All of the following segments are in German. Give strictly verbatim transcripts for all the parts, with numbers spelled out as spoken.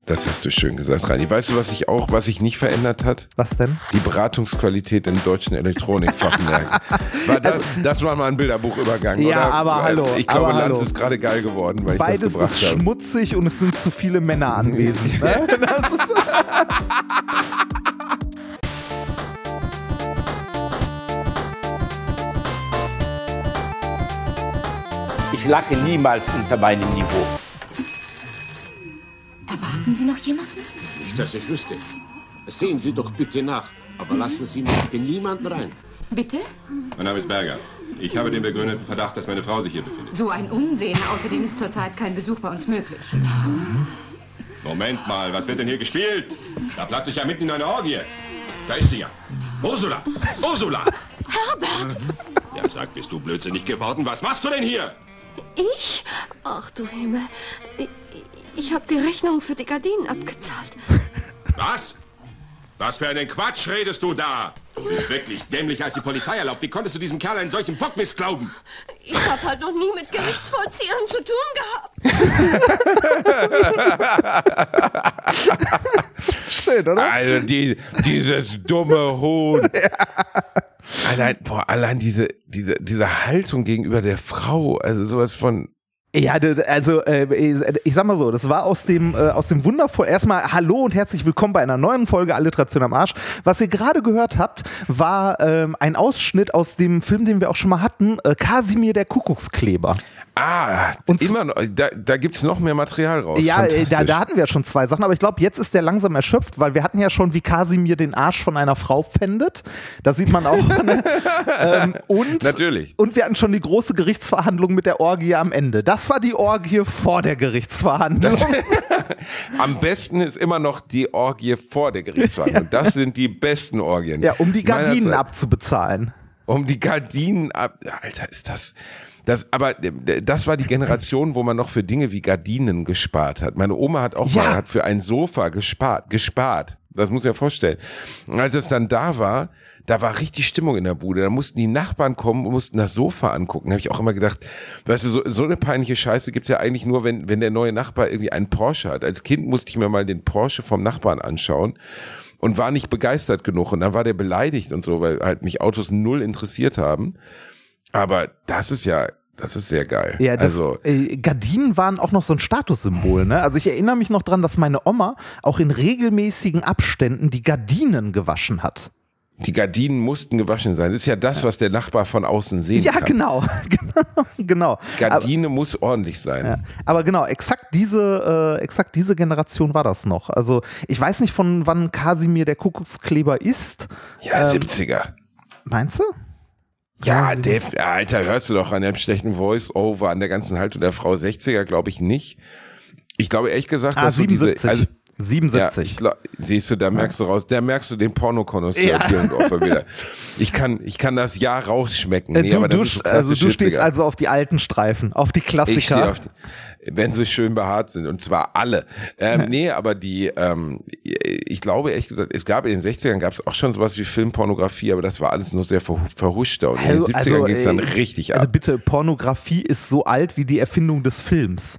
Das hast du schön gesagt, Rani. Weißt du, was sich auch, was sich nicht verändert hat? Was denn? Die Beratungsqualität in deutschen Elektronikfachmärkten. War das, das war mal ein Bilderbuchübergang, ja, oder? Ja, aber hallo. Ich glaube, aber Lanz hallo. ist gerade geil geworden, weil Beides ich das gebracht ist habe. schmutzig und es sind zu viele Männer anwesend. Ne? Das ist Ich lag niemals unter meinem Niveau. Erwarten Sie noch jemanden? Nicht, dass ich wüsste. Sehen Sie doch bitte nach. Aber lassen Sie mir bitte niemanden rein. Bitte? Mein Name ist Berger. Ich habe den begründeten Verdacht, dass meine Frau sich hier befindet. So ein Unsehen. Außerdem ist zurzeit kein Besuch bei uns möglich. Moment mal, was wird denn hier gespielt? Da platze ich ja mitten in eine Orgie. Da ist sie ja. Ursula! Ursula! Herbert! Ja, sag, bist du blödsinnig geworden? Was machst du denn hier? Ich? Ach du Himmel. Ich, ich habe die Rechnung für die Gardinen abgezahlt. Was? Was für einen Quatsch redest du da? Du bist wirklich dämlicher als die Polizei erlaubt. Wie konntest du diesem Kerl einen solchen Bockmist glauben? Ich habe halt noch nie mit Gerichtsvollziehern zu tun gehabt. schön, oder? Also die, dieses dumme Huhn. Ja. Allein, boah, allein diese, diese, diese Haltung gegenüber der Frau, also sowas von. Ja, also äh, ich sag mal so, das war aus dem äh, aus dem wundervoll. Erstmal hallo und herzlich willkommen bei einer neuen Folge Alliteration am Arsch. Was ihr gerade gehört habt, war ähm, ein Ausschnitt aus dem Film, den wir auch schon mal hatten, äh, Kasimir der Kuckuckskleber. Ah, und immer noch, da, da gibt es noch mehr Material raus. Ja, da, da hatten wir schon zwei Sachen, aber ich glaube, jetzt ist der langsam erschöpft, weil wir hatten ja schon, wie Kasimir den Arsch von einer Frau pfändet. Das sieht man auch. Ne? ähm, und, Natürlich. Und wir hatten schon die große Gerichtsverhandlung mit der Orgie am Ende. Das war die Orgie vor der Gerichtsverhandlung. Das, am besten ist immer noch die Orgie vor der Gerichtsverhandlung. Das sind die besten Orgien. Ja, um die Gardinen abzubezahlen. Um die Gardinen ab... Alter, ist das... Das, aber das war die Generation, wo man noch für Dinge wie Gardinen gespart hat. Meine Oma hat auch ja. mal hat für ein Sofa gespart, gespart. Das muss ich mir vorstellen. Und als es dann da war, da war richtig Stimmung in der Bude. Da mussten die Nachbarn kommen und mussten das Sofa angucken. Da habe ich auch immer gedacht, weißt du, so, so eine peinliche Scheiße gibt's ja eigentlich nur, wenn, wenn der neue Nachbar irgendwie einen Porsche hat. Als Kind musste ich mir mal den Porsche vom Nachbarn anschauen und war nicht begeistert genug. Und dann war der beleidigt und so, weil halt mich Autos null interessiert haben. Aber das ist ja, das ist sehr geil. Ja, das, also, äh, Gardinen waren auch noch so ein Statussymbol, ne? Also ich erinnere mich noch dran, dass meine Oma auch in regelmäßigen Abständen die Gardinen gewaschen hat. Die Gardinen mussten gewaschen sein. Das ist ja das, was der Nachbar von außen sehen ja, kann. Ja, genau. genau. Gardine aber, muss ordentlich sein. Ja, aber genau, exakt diese, äh, exakt diese Generation war das noch. Also ich weiß nicht, von wann Kasimir der Kuckuckskleber ist. Ja, ähm, siebziger. Meinst du? Ja, Dave, Alter, hörst du doch an dem schlechten Voice-Over, an der ganzen Haltung der Frau. sechziger glaube ich nicht. Ich glaube ehrlich gesagt, ah, dass siebenundsiebzig. So diese, also, siebenundsiebzig. Ja, ich glaub, siehst du, da merkst du raus, da merkst du den Pornokonnoisseur ja. Dillendorfer wieder. Ich kann, ich kann das Jahr rausschmecken. Nee, du, aber das du, ist so also du stehst siebziger. also auf die alten Streifen, auf die Klassiker. Ich stehe auf die, wenn sie schön behaart sind, und zwar alle. Ähm, nee, aber die, ähm, ich glaube ehrlich gesagt, es gab in den sechzigern gab es auch schon sowas wie Filmpornografie, aber das war alles nur sehr ver, verhuschter. Und also, in den siebzigern also, ging es dann äh, richtig ab. Also bitte, Pornografie ist so alt wie die Erfindung des Films.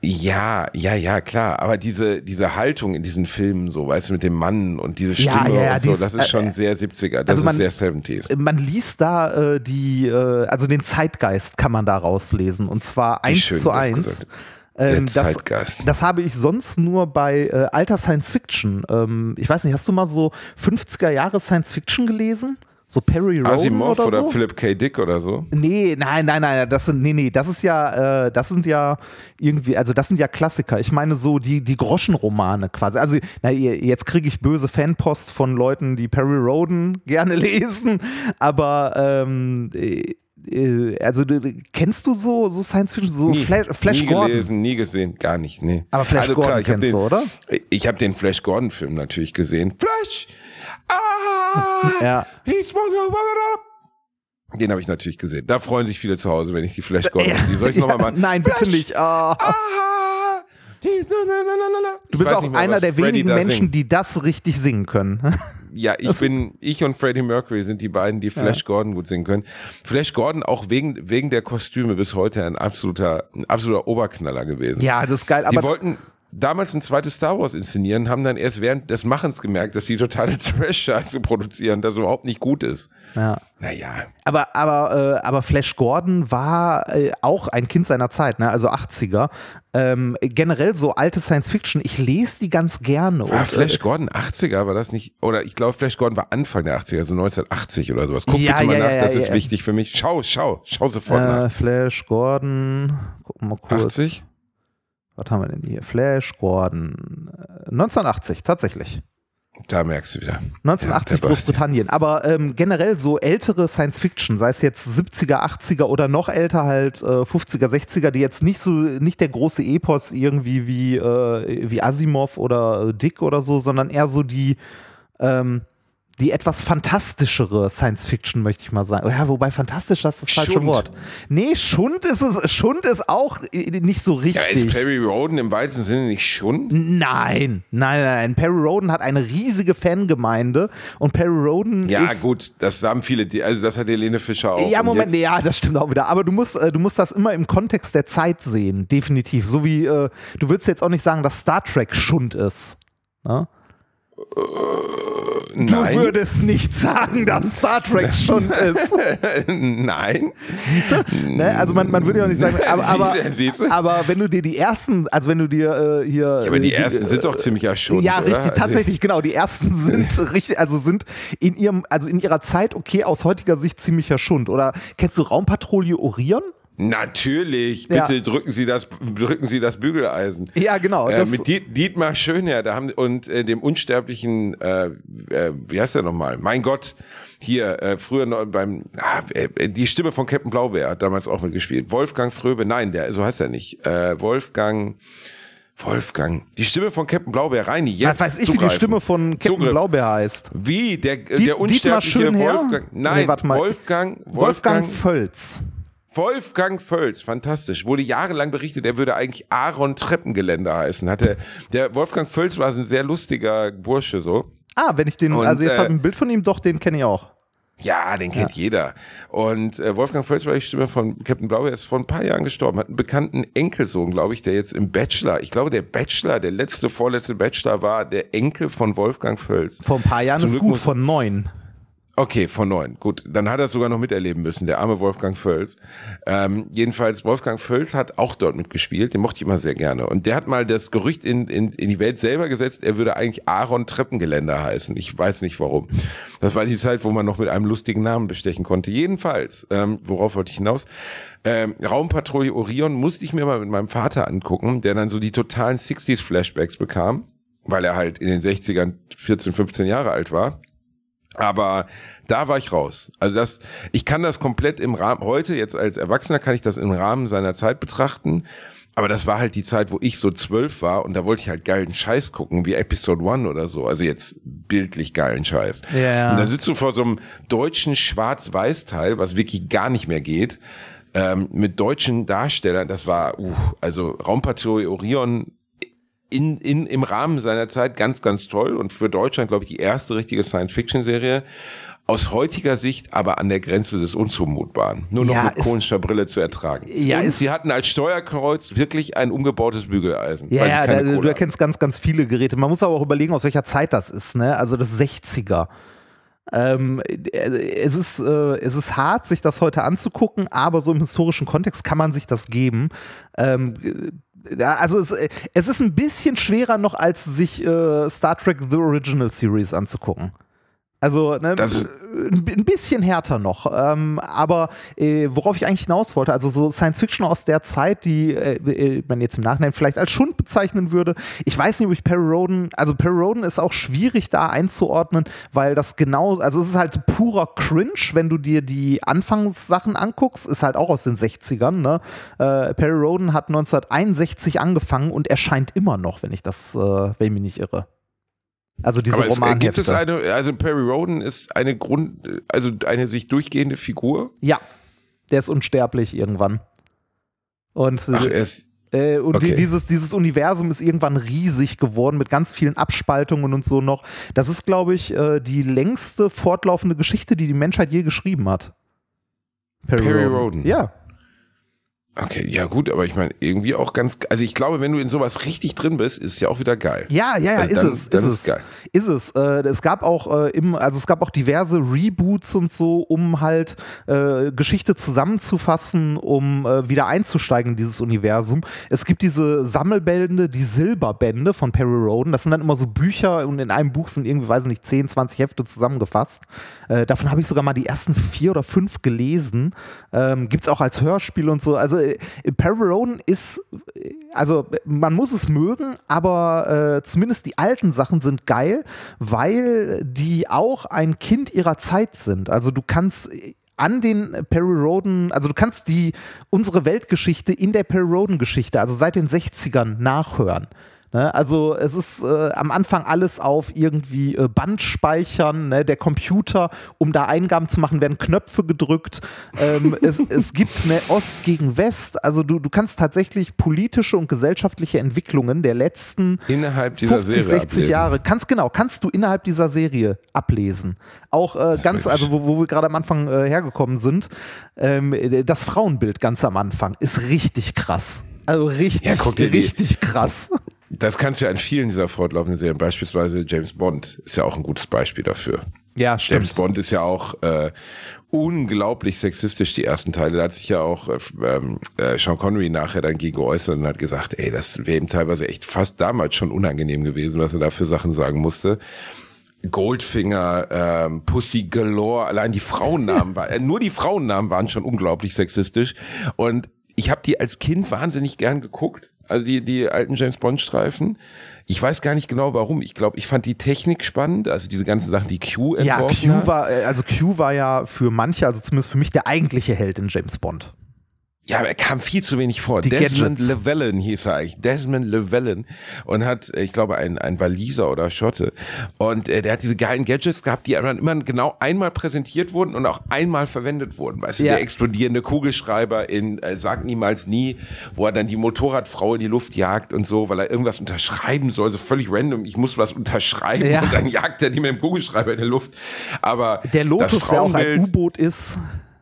Ja, ja, ja, klar. Aber diese, diese Haltung in diesen Filmen, so, weißt du, mit dem Mann und diese Stimme ja, ja, ja, und so, dies, das ist schon äh, sehr siebziger, das also man, ist sehr siebziger. Man liest da äh, die, äh, also den Zeitgeist kann man da rauslesen. Und zwar eins zu eins. Ähm, das, das habe ich sonst nur bei äh, alter Science Fiction. Ähm, ich weiß nicht, hast du mal so fünfziger Jahre Science Fiction gelesen? So Perry Roden Asimov oder, oder so? Philip K. Dick oder so? Nee, nein, nein, nein, das sind, nee, nee, das ist ja, äh, das sind ja irgendwie, also das sind ja Klassiker. Ich meine so die, die Groschenromane quasi. Also, na, jetzt kriege ich böse Fanpost von Leuten, die Perry Roden gerne lesen, aber ähm, äh, also kennst du so, so Science Fiction, so nie, Flash, Flash nie Gordon? Nie gelesen, nie gesehen, gar nicht, nee. Aber Flash also, Gordon klar, kennst den, du, oder? Ich habe den Flash Gordon Film natürlich gesehen. Flash! Ah! Ja. He's Den habe ich natürlich gesehen. Da freuen sich viele zu Hause, wenn ich die Flash Gordon. Ja, Die soll ich ja, nochmal machen? Nein, bitte Flash, nicht. Oh. Ah, du bist auch einer mal, der wenigen Menschen, singt. die das richtig singen können. Ja, ich bin, ich und Freddie Mercury sind die beiden, die Flash ja. Gordon gut singen können. Flash Gordon auch wegen, wegen der Kostüme bis heute ein absoluter, ein absoluter Oberknaller gewesen. Ja, das ist geil. Die aber wollten, damals ein zweites Star Wars inszenieren, haben dann erst während des Machens gemerkt, dass sie totale Trash-Scheiße produzieren, das überhaupt nicht gut ist. Ja. Naja. Aber, aber, äh, aber Flash Gordon war äh, auch ein Kind seiner Zeit, ne? Also achtziger. Ähm, generell so alte Science-Fiction, ich lese die ganz gerne. War und, Flash äh, Gordon achtziger, war das nicht? Oder ich glaube, Flash Gordon war Anfang der achtziger, so neunzehnhundert-achtzig oder sowas. Guck Ja, bitte mal ja, nach, ja, das ja, ist ja. wichtig für mich. Schau, schau, schau sofort äh, nach. Flash Gordon, gucken wir mal kurz. achtzig? Was haben wir denn hier? Flash Gordon. Äh, neunzehnhundertachtzig, tatsächlich. Da merkst du wieder. neunzehnhundertachtzig Ja, der Basti. Großbritannien. Aber ähm, generell so ältere Science-Fiction, sei es jetzt siebziger, achtziger oder noch älter halt äh, fünfziger, sechziger, die jetzt nicht so, nicht der große Epos irgendwie wie, äh, wie Asimov oder äh, Dick oder so, sondern eher so die ähm, die etwas fantastischere Science-Fiction, möchte ich mal sagen. Ja, wobei fantastisch, das ist das falsche Schund. Wort. Nee, Schund ist es, Schund ist auch äh, nicht so Ja, ist richtig. Perry Roden im weitesten Sinne nicht Schund? Nein, nein, nein. Perry Roden hat eine riesige Fangemeinde und Perry Roden Ja, ist... gut, das haben viele, die- also das hat Helene Fischer auch. Ja, Und Moment, jetzt- ja, das stimmt auch wieder. Aber du musst, äh, du musst das immer im Kontext der Zeit sehen, definitiv. So wie, äh, du würdest jetzt auch nicht sagen, dass Star Trek Schund ist. Ne? Du Nein. würdest nicht sagen, dass Star Trek Schund ist. Nein. Siehst du? Ne? Also man, man würde ja auch nicht sagen, aber, aber, Wie denn, siehst du? aber wenn du dir die ersten, also wenn du dir äh, hier... Ja, aber die äh, ersten sind doch ziemlicher Schund, Ja, oder? richtig, Also- tatsächlich, genau. Die ersten sind richtig, also sind in ihrem, also in ihrer Zeit, okay, aus heutiger Sicht ziemlicher Schund. Oder kennst du Raumpatrouille Orion? Natürlich, Ja. bitte drücken Sie das, drücken Sie das Bügeleisen. Ja, genau. Äh, Das, mit Diet, Dietmar Schönherr, da haben und äh, dem unsterblichen, äh, äh, wie heißt der nochmal? Mein Gott, hier äh, früher noch beim ah, äh, die Stimme von Captain Blaubeer hat damals auch mitgespielt. Wolfgang Fröbe, nein, der so heißt er nicht. Äh, Wolfgang. Wolfgang, die Stimme von Captain Blaubeer, Reini, jetzt was weiß ich, wie die zugreifen. Stimme von Captain Zugriff. Blaubeer heißt. Wie? Der, Diet- der Dietmar unsterbliche Schönherr? Wolfgang, nein, Nee, warte mal. Wolfgang, Wolfgang Wolfgang, Völz. Wolfgang Völz, fantastisch. Wurde jahrelang berichtet, er würde eigentlich Aaron Treppengeländer heißen. Hatte, der Wolfgang Völz war so ein sehr lustiger Bursche so. Ah, wenn ich den, Und, also jetzt äh, habe ich ein Bild von ihm, doch, den kenne ich auch. Ja, den kennt jeder. Und äh, Wolfgang Völz war die Stimme von Captain Blaubeer, ist vor ein paar Jahren gestorben, hat einen bekannten Enkelsohn, glaube ich, der jetzt im Bachelor, ich glaube, der Bachelor, der letzte, vorletzte Bachelor war der Enkel von Wolfgang Völz. Vor ein paar Jahren Zum ist Glück gut, muss- von neun. Okay, von neun. Gut, dann hat er es sogar noch miterleben müssen, der arme Wolfgang Völz. Ähm, jedenfalls, Wolfgang Völz hat auch dort mitgespielt, den mochte ich immer sehr gerne. Und der hat mal das Gerücht in, in, in die Welt selber gesetzt, er würde eigentlich Aaron Treppengeländer heißen. Ich weiß nicht warum. Das war die Zeit, wo man noch mit einem lustigen Namen bestechen konnte. Jedenfalls, ähm, worauf wollte ich hinaus? Ähm, Raumpatrouille Orion musste ich mir mal mit meinem Vater angucken, der dann so die totalen sechziger-Flashbacks bekam, weil er halt in den sechzigern vierzehn, fünfzehn Jahre alt war. Aber da war ich raus. Also das, ich kann das komplett im Rahmen, heute jetzt als Erwachsener kann ich das im Rahmen seiner Zeit betrachten. Aber das war halt die Zeit, wo ich so zwölf war und da wollte ich halt geilen Scheiß gucken, wie Episode One oder so. Also jetzt bildlich geilen Scheiß. Ja. Und dann sitzt du vor so einem deutschen Schwarz-Weiß-Teil, was wirklich gar nicht mehr geht, ähm, mit deutschen Darstellern. Das war, uh, also Raumpatrouille Orion, In, in, im Rahmen seiner Zeit ganz, ganz toll und für Deutschland, glaube ich, die erste richtige Science-Fiction-Serie. Aus heutiger Sicht aber an der Grenze des Unzumutbaren. Nur noch Ja, mit ist- konischer Brille zu ertragen. Ja, und ist- sie hatten als Steuerkreuz wirklich ein umgebautes Bügeleisen. Ja, weil sie ja, keine da, du Kohle erkennst ganz, ganz viele Geräte. Man muss aber auch überlegen, aus welcher Zeit das ist, ne? Also das sechziger. Ähm, es ist, äh, es ist hart, sich das heute anzugucken, aber so im historischen Kontext kann man sich das geben. Ähm, ja, also es, es ist ein bisschen schwerer noch, als sich äh, Star Trek The Original Series anzugucken. Also ne, Das- ein ein bisschen härter noch. Ähm, aber äh, worauf ich eigentlich hinaus wollte, also so Science Fiction aus der Zeit, die äh, äh, man jetzt im Nachhinein vielleicht als Schund bezeichnen würde. Ich weiß nicht, ob ich Perry Roden, also Perry Roden ist auch schwierig da einzuordnen, weil das genau, also es ist halt purer Cringe, wenn du dir die Anfangssachen anguckst, ist halt auch aus den sechzigern. Ne? Äh, Perry Roden hat neunzehnhunderteinundsechzig angefangen und erscheint immer noch, wenn ich das, äh, wenn ich mich nicht irre. Also diese Aber es, äh, Romanhefte. gibt es eine, also Perry Roden ist eine Grund, also eine sich durchgehende Figur. Ja, der ist unsterblich irgendwann. Und, Ach, er ist, äh, und okay. die, dieses, dieses Universum ist irgendwann riesig geworden mit ganz vielen Abspaltungen und so noch. Das ist, glaube ich, äh, die längste fortlaufende Geschichte, die die Menschheit je geschrieben hat. Perry Roden. Ja. Okay, ja gut, aber ich meine, irgendwie auch ganz, also ich glaube, wenn du in sowas richtig drin bist, ist es ja auch wieder geil. Ja, ja, ja, also ist dann, es, dann ist, ist es, geil. ist es. Äh, es gab auch äh, im, also es gab auch diverse Reboots und so, um halt äh, Geschichte zusammenzufassen, um äh, wieder einzusteigen in dieses Universum. Es gibt diese Sammelbände, die Silberbände von Perry Rhodan. Das sind dann immer so Bücher und in einem Buch sind irgendwie, weiß nicht, zehn, zwanzig Hefte zusammengefasst. Äh, davon habe ich sogar mal die ersten vier oder fünf gelesen. Ähm, gibt es auch als Hörspiel und so. Also Perry Rhodan ist, also man muss es mögen, aber äh, zumindest die alten Sachen sind geil, weil die auch ein Kind ihrer Zeit sind. Also du kannst an den Perry Rhodan, also du kannst die unsere Weltgeschichte in der Perry Rhodan Geschichte, also seit den sechzigern nachhören. Ne, also es ist äh, am Anfang alles auf irgendwie äh, Band speichern, ne, der Computer, um da Eingaben zu machen, werden Knöpfe gedrückt. Ähm, es, es gibt eine Ost gegen West, also du, du kannst tatsächlich politische und gesellschaftliche Entwicklungen der letzten innerhalb dieser fünfzig, Serie sechzig ablesen. Jahre, ganz genau, kannst du innerhalb dieser Serie ablesen. Auch äh, ganz, also wo, wo wir gerade am Anfang äh, hergekommen sind, ähm, das Frauenbild ganz am Anfang ist richtig krass. Also richtig, Ja, guck dir die- richtig krass. Das kannst du ja in vielen dieser fortlaufenden Serien, beispielsweise James Bond ist ja auch ein gutes Beispiel dafür. Ja, stimmt. James Bond ist ja auch äh, unglaublich sexistisch, die ersten Teile. Da hat sich ja auch ähm, äh, Sean Connery nachher dann gegen geäußert und hat gesagt, ey, das wäre ihm teilweise echt fast damals schon unangenehm gewesen, was er da für Sachen sagen musste. Goldfinger, ähm, Pussy Galore, allein die Frauennamen waren, äh, nur die Frauennamen waren schon unglaublich sexistisch. Und ich habe die als Kind wahnsinnig gern geguckt. Also die, die alten James-Bond-Streifen. Ich weiß gar nicht genau warum. Ich glaube, ich fand die Technik spannend, also diese ganzen Sachen, die Q entworfen Ja, Q hat. war, äh, also Q war ja für manche, also zumindest für mich, der eigentliche Held in James Bond. Ja, aber er kam viel zu wenig vor. Die Desmond Gadgets. Llewellyn hieß er eigentlich. Desmond Llewellyn. Und hat, ich glaube, ein, ein Waliser oder Schotte. Und äh, der hat diese geilen Gadgets gehabt, die dann immer genau einmal präsentiert wurden und auch einmal verwendet wurden. Weißt du, Ja. der explodierende Kugelschreiber in äh, Sag niemals nie, wo er dann die Motorradfrau in die Luft jagt und so, weil er irgendwas unterschreiben soll, so völlig random. Ich muss was unterschreiben Ja. und dann jagt er die mit dem Kugelschreiber in die Luft. Aber Der Lotus, das der auch ein Frauenbild- U-Boot ist.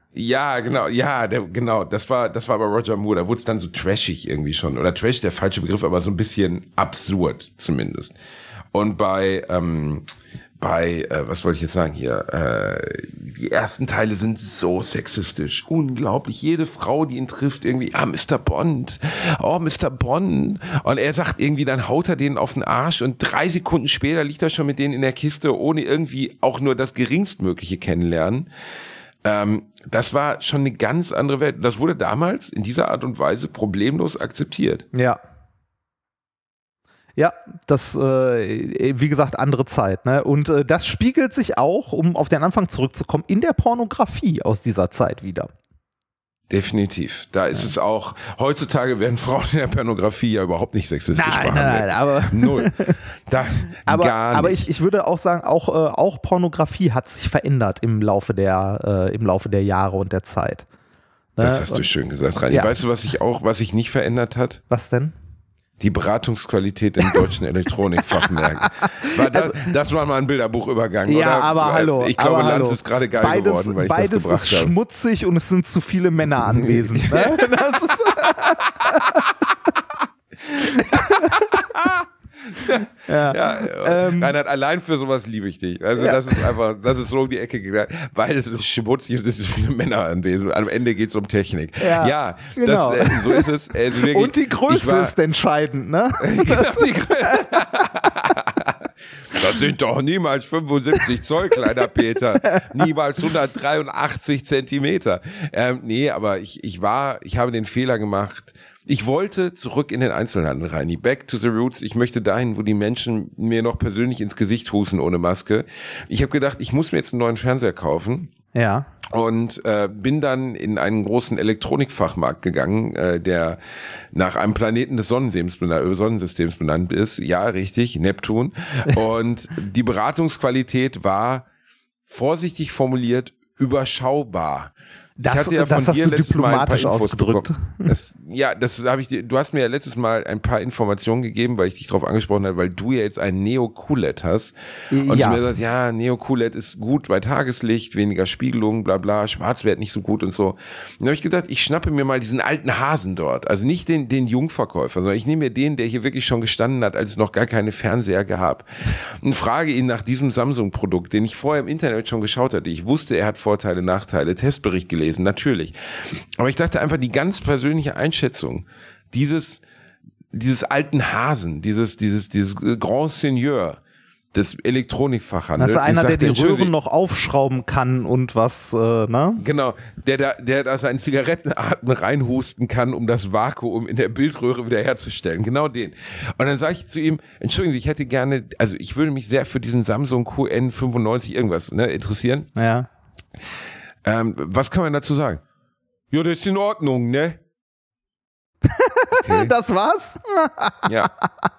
Ja, genau, ja, der, genau, das war, das war aber Roger Moore, da wurde es dann so trashig irgendwie schon, oder trash, der falsche Begriff, aber so ein bisschen absurd zumindest. Und bei, ähm, bei, äh, was wollte ich jetzt sagen hier, äh, die ersten Teile sind so sexistisch, unglaublich, jede Frau, die ihn trifft, irgendwie, ah, Mister Bond, oh, Mister Bond, und er sagt irgendwie, dann haut er denen auf den Arsch und drei Sekunden später liegt er schon mit denen in der Kiste, ohne irgendwie auch nur das geringstmögliche kennenlernen. Ähm, das war schon eine ganz andere Welt. Das wurde damals in dieser Art und Weise problemlos akzeptiert. Ja. Ja, das, äh, wie gesagt, andere Zeit. Ne? Und äh, das spiegelt sich auch, um auf den Anfang zurückzukommen, in der Pornografie aus dieser Zeit wieder. Definitiv. Da ist ja. es auch, heutzutage werden Frauen in der Pornografie ja überhaupt nicht sexistisch Nein, behandelt. nein, nein, aber Null. Da, aber, gar nicht. aber ich, ich würde auch sagen, auch, äh, auch Pornografie hat sich verändert im Laufe der, äh, im Laufe der Jahre und der Zeit. Ne? Das hast du und, schön gesagt, Rani. Ja. Weißt du, was sich auch, was sich nicht verändert hat? Was denn? Die Beratungsqualität in deutschen Elektronikfachmärkten. War das, das war mal ein Bilderbuchübergang, Ja, oder? aber hallo. Ich glaube, aber Lanz hallo. ist gerade geil beides, geworden, weil ich beides das gebracht ist habe. schmutzig und es sind zu viele Männer anwesend. Ne? Das ist ja. Ja, Ähm, Reinhard, allein für sowas liebe ich dich. Also Ja. das ist einfach, das ist so um die Ecke gegangen. Beides ist schmutzig und es sind viele Männer anwesend. Am Ende geht es um Technik. Ja, Ja, genau. das, äh, so ist es. Also wirklich, Und die Größe ich war- ist entscheidend, ne? Genau, die Grö- Das sind doch niemals fünfundsiebzig Zoll, kleiner Peter. Niemals hundertdreiundachtzig Zentimeter. Ähm, nee, aber ich, ich war, ich habe den Fehler gemacht. Ich wollte zurück in den Einzelhandel, Reini. Back to the roots. Ich möchte dahin, wo die Menschen mir noch persönlich ins Gesicht husten ohne Maske. Ich habe gedacht, ich muss mir jetzt einen neuen Fernseher kaufen. Ja. Und äh, bin dann in einen großen Elektronikfachmarkt gegangen, äh, der nach einem Planeten des Sonnensystems benannt, Sonnensystems benannt ist. Ja, richtig, Neptun. Und die Beratungsqualität war, vorsichtig formuliert, überschaubar. Das, ich hatte ja das von hast dir du letztes diplomatisch Mal ein paar Infos ausgedrückt. bekommen. Das, ja, das habe ich dir, du hast mir ja letztes Mal ein paar Informationen gegeben, weil ich dich darauf angesprochen habe, weil du ja jetzt ein Neo-Q L E D hast. Und Ja. zu mir sagst, ja, Neo-Q L E D ist gut bei Tageslicht, weniger Spiegelung, bla bla, Schwarzwert nicht so gut und so. Und dann habe ich gedacht, ich schnappe mir mal diesen alten Hasen dort. Also nicht den, den Jungverkäufer, sondern ich nehme mir den, der hier wirklich schon gestanden hat, als es noch gar keine Fernseher gab. Und frage ihn nach diesem Samsung-Produkt, den ich vorher im Internet schon geschaut hatte. Ich wusste, er hat Vorteile, Nachteile, Testbericht gelesen, natürlich. Aber ich dachte einfach, die ganz persönliche Einschätzung dieses, dieses alten Hasen, dieses, dieses, dieses Grand Seigneur des Elektronikfachhandels. Das ist einer, Ich der sagte, die Röhren noch aufschrauben kann und was, äh, ne? Genau, der da, der da seinen Zigarettenatmen reinhusten kann, um das Vakuum in der Bildröhre wiederherzustellen. Genau den. Und dann sage ich zu ihm, entschuldigen Sie, ich hätte gerne, also ich würde mich sehr für diesen Samsung Q N fünfundneunzig irgendwas, ne, interessieren. Ja. Ähm, was kann man dazu sagen? Ja, das ist in Ordnung, ne? Okay. Das war's? Ja.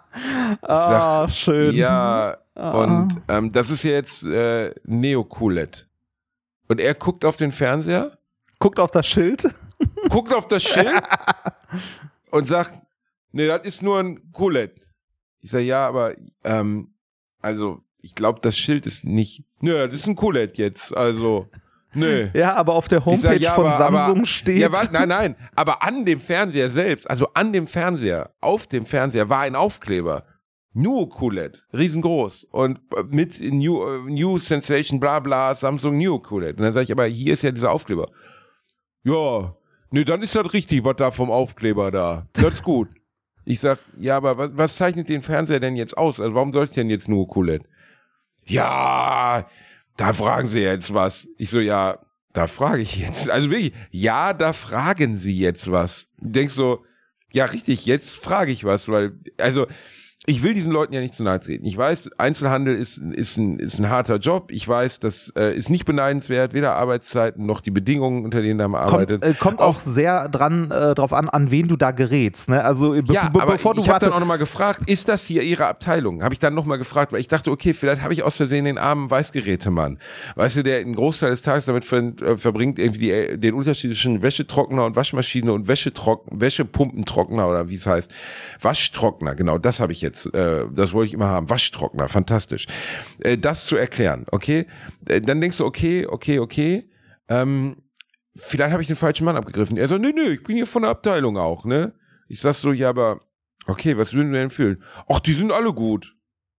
Ah, Sag, schön. Ja, Ah. und ähm, das ist jetzt äh, Neo-Q L E D. Und er guckt auf den Fernseher, Guckt auf das Schild. guckt auf das Schild und sagt, nee, das ist nur ein Q L E D. Ich sage, ja, aber ähm, also ich glaube, das Schild ist nicht, nö, das ist ein Q L E D jetzt, also nö. Ja, aber auf der Ich Homepage sag, ja, von aber, Samsung aber, steht. Ja, warte, nein, nein, aber an dem Fernseher selbst, also an dem Fernseher, auf dem Fernseher war ein Aufkleber. New Q L E D, riesengroß und mit New, uh, New Sensation, bla bla, Samsung New Q L E D. Und dann sage ich, aber hier ist ja dieser Aufkleber. Ja, nee, dann ist das richtig, was da vom Aufkleber da. Das ist gut. Ich sag, ja, aber was, was zeichnet den Fernseher denn jetzt aus? Also warum soll ich denn jetzt nur Q L E D? Ja, da fragen Sie jetzt was. Ich so, ja, da frage ich jetzt. Also wirklich, ja, da fragen Sie jetzt was. Du denkst so, ja, richtig, jetzt frage ich was, weil, also, ich will diesen Leuten ja nicht zu nahe treten. Ich weiß, Einzelhandel ist, ist, ein, ist ein harter Job. Ich weiß, das äh, ist nicht beneidenswert, weder Arbeitszeiten noch die Bedingungen, unter denen da man arbeitet. Kommt, äh, kommt auch sehr dran äh, drauf an, an wen du da gerätst. Ne? Also be ja, be aber bevor du ich habe warte dann auch nochmal gefragt, ist das hier Ihre Abteilung? Habe ich dann nochmal gefragt, weil ich dachte, okay, vielleicht habe ich aus Versehen den armen Weißgerätemann, weißt du, der einen Großteil des Tages damit ver äh, verbringt, irgendwie die, den Unterschied zwischen Wäschetrockner und Waschmaschine und Wäschetrock Wäschepumpentrockner oder wie es heißt. Waschtrockner, genau, das habe ich jetzt, äh, das wollte ich immer haben, Waschtrockner, fantastisch. Äh, das zu erklären, okay? Äh, dann denkst du, okay, okay, okay, ähm, vielleicht habe ich den falschen Mann abgegriffen. Er sagt, nee, nee, ich bin hier von der Abteilung auch, ne? Ich sag so, ja, aber, okay, was würden wir empfehlen? Ach, die sind alle gut.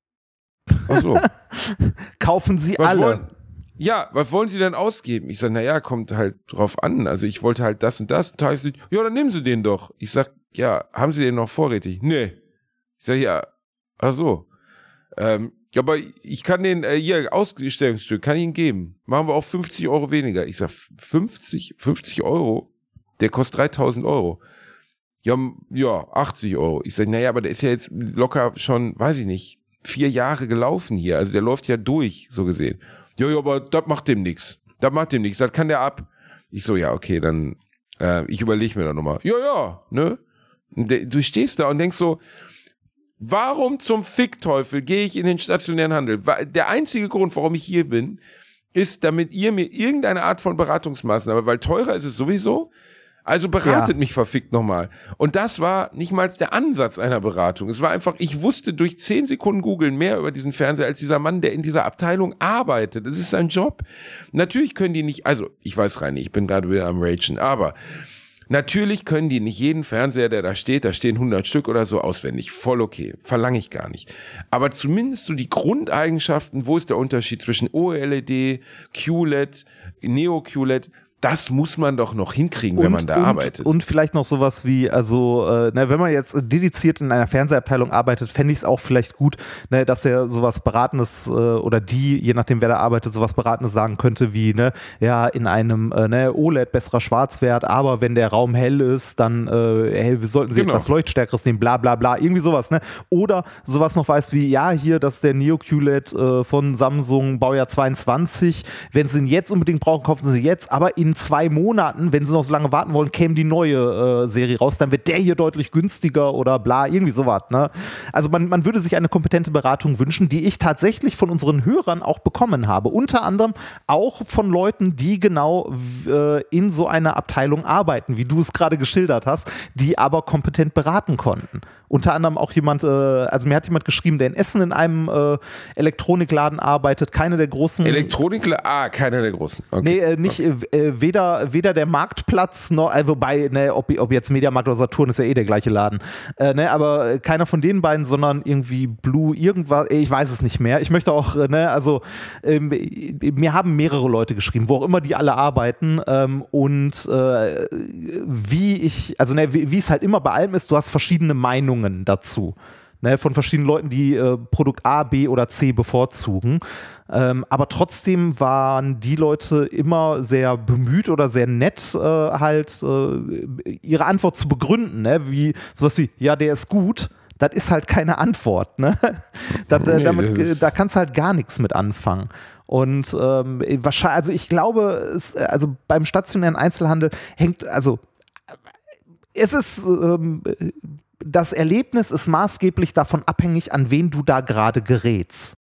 Ach so. kaufen sie Was alle. wollen, ja, was wollen Sie denn ausgeben? Ich sag, naja, kommt halt drauf an. Also ich wollte halt das und das. Tageslicht. Ja, dann nehmen Sie den doch. Ich sag, ja, haben Sie den noch vorrätig? Nee. Ich sag, ja, ach so. Ähm, ja, aber ich kann den, äh, hier, Ausstellungsstück, kann ich Ihnen geben. Machen wir auch fünfzig Euro weniger. Ich sag, fünfzig, fünfzig Euro? Der kostet dreitausend Euro. Ja, ja, achtzig Euro. Ich sag, naja, aber der ist ja jetzt locker schon, weiß ich nicht, vier Jahre gelaufen hier. Also der läuft ja durch, so gesehen. Ja, ja, aber das macht dem nix. Das macht dem nix. Das kann der ab. Ich so, ja, okay, dann, äh, ich überlege mir da nochmal. Ja, ja, ne? Du stehst da und denkst so, warum zum Fickteufel gehe ich in den stationären Handel? Der einzige Grund, warum ich hier bin, ist, damit ihr mir irgendeine Art von Beratungsmaßnahme, weil teurer ist es sowieso, also beratet ja. mich verfickt nochmal. Und das war nicht mal der Ansatz einer Beratung. Es war einfach, ich wusste durch zehn Sekunden googeln mehr über diesen Fernseher als dieser Mann, der in dieser Abteilung arbeitet. Das ist sein Job. Natürlich können die nicht, also ich weiß rein, ich bin gerade wieder am Ragen, aber natürlich können die nicht jeden Fernseher, der da steht, da stehen hundert Stück oder so, auswendig. Voll okay, verlange ich gar nicht. Aber zumindest so die Grundeigenschaften, wo ist der Unterschied zwischen O L E D, Q L E D, Neo-Q L E D, das muss man doch noch hinkriegen, wenn und, man da und, arbeitet. Und vielleicht noch sowas wie, also, äh, ne, wenn man jetzt dediziert in einer Fernsehabteilung arbeitet, fände ich es auch vielleicht gut, ne, dass er sowas Beratendes äh, oder die, je nachdem wer da arbeitet, sowas Beratendes sagen könnte wie, ne, ja, in einem äh, ne, O L E D besserer Schwarzwert, aber wenn der Raum hell ist, dann äh, hell, sollten sie genau. etwas Leuchtstärkeres nehmen, bla bla bla, irgendwie sowas, ne? Oder sowas noch weißt wie, ja, hier, das ist der Neo-Q L E D äh, von Samsung, Baujahr zweiundzwanzig, wenn sie ihn jetzt unbedingt brauchen, kaufen sie ihn jetzt, aber in in zwei Monaten, wenn sie noch so lange warten wollen, käme die neue äh, Serie raus, dann wird der hier deutlich günstiger oder bla, irgendwie sowas. Ne? Also man, man würde sich eine kompetente Beratung wünschen, die ich tatsächlich von unseren Hörern auch bekommen habe. Unter anderem auch von Leuten, die genau äh, in so einer Abteilung arbeiten, wie du es gerade geschildert hast, die aber kompetent beraten konnten. Unter anderem auch jemand, äh, also mir hat jemand geschrieben, der in Essen in einem äh, Elektronikladen arbeitet, keine der großen... Elektronikladen, ah, keiner der großen. Okay. Nee, äh, nicht, okay. äh, weder, weder der Marktplatz, noch, äh, wobei, ne, ob, ob jetzt Mediamarkt oder Saturn ist ja eh der gleiche Laden, äh, ne, aber keiner von den beiden, sondern irgendwie Blue, irgendwas, ich weiß es nicht mehr. Ich möchte auch, äh, ne, also äh, mir haben mehrere Leute geschrieben, wo auch immer die alle arbeiten ähm, und äh, wie ich, also ne, wie es halt immer bei allem ist, du hast verschiedene Meinungen dazu. Ne, von verschiedenen Leuten, die äh, Produkt A, B oder C bevorzugen. Ähm, aber trotzdem waren die Leute immer sehr bemüht oder sehr nett, äh, halt äh, ihre Antwort zu begründen. Ne? Wie sowas wie, ja, der ist gut. Das ist halt keine Antwort. Ne? Das, nee, damit, das da kannst du halt gar nichts mit anfangen. Und ähm, wahrscheinlich, also ich glaube, es, also beim stationären Einzelhandel hängt, also es ist ähm, das Erlebnis ist maßgeblich davon abhängig, an wen du da gerade gerätst.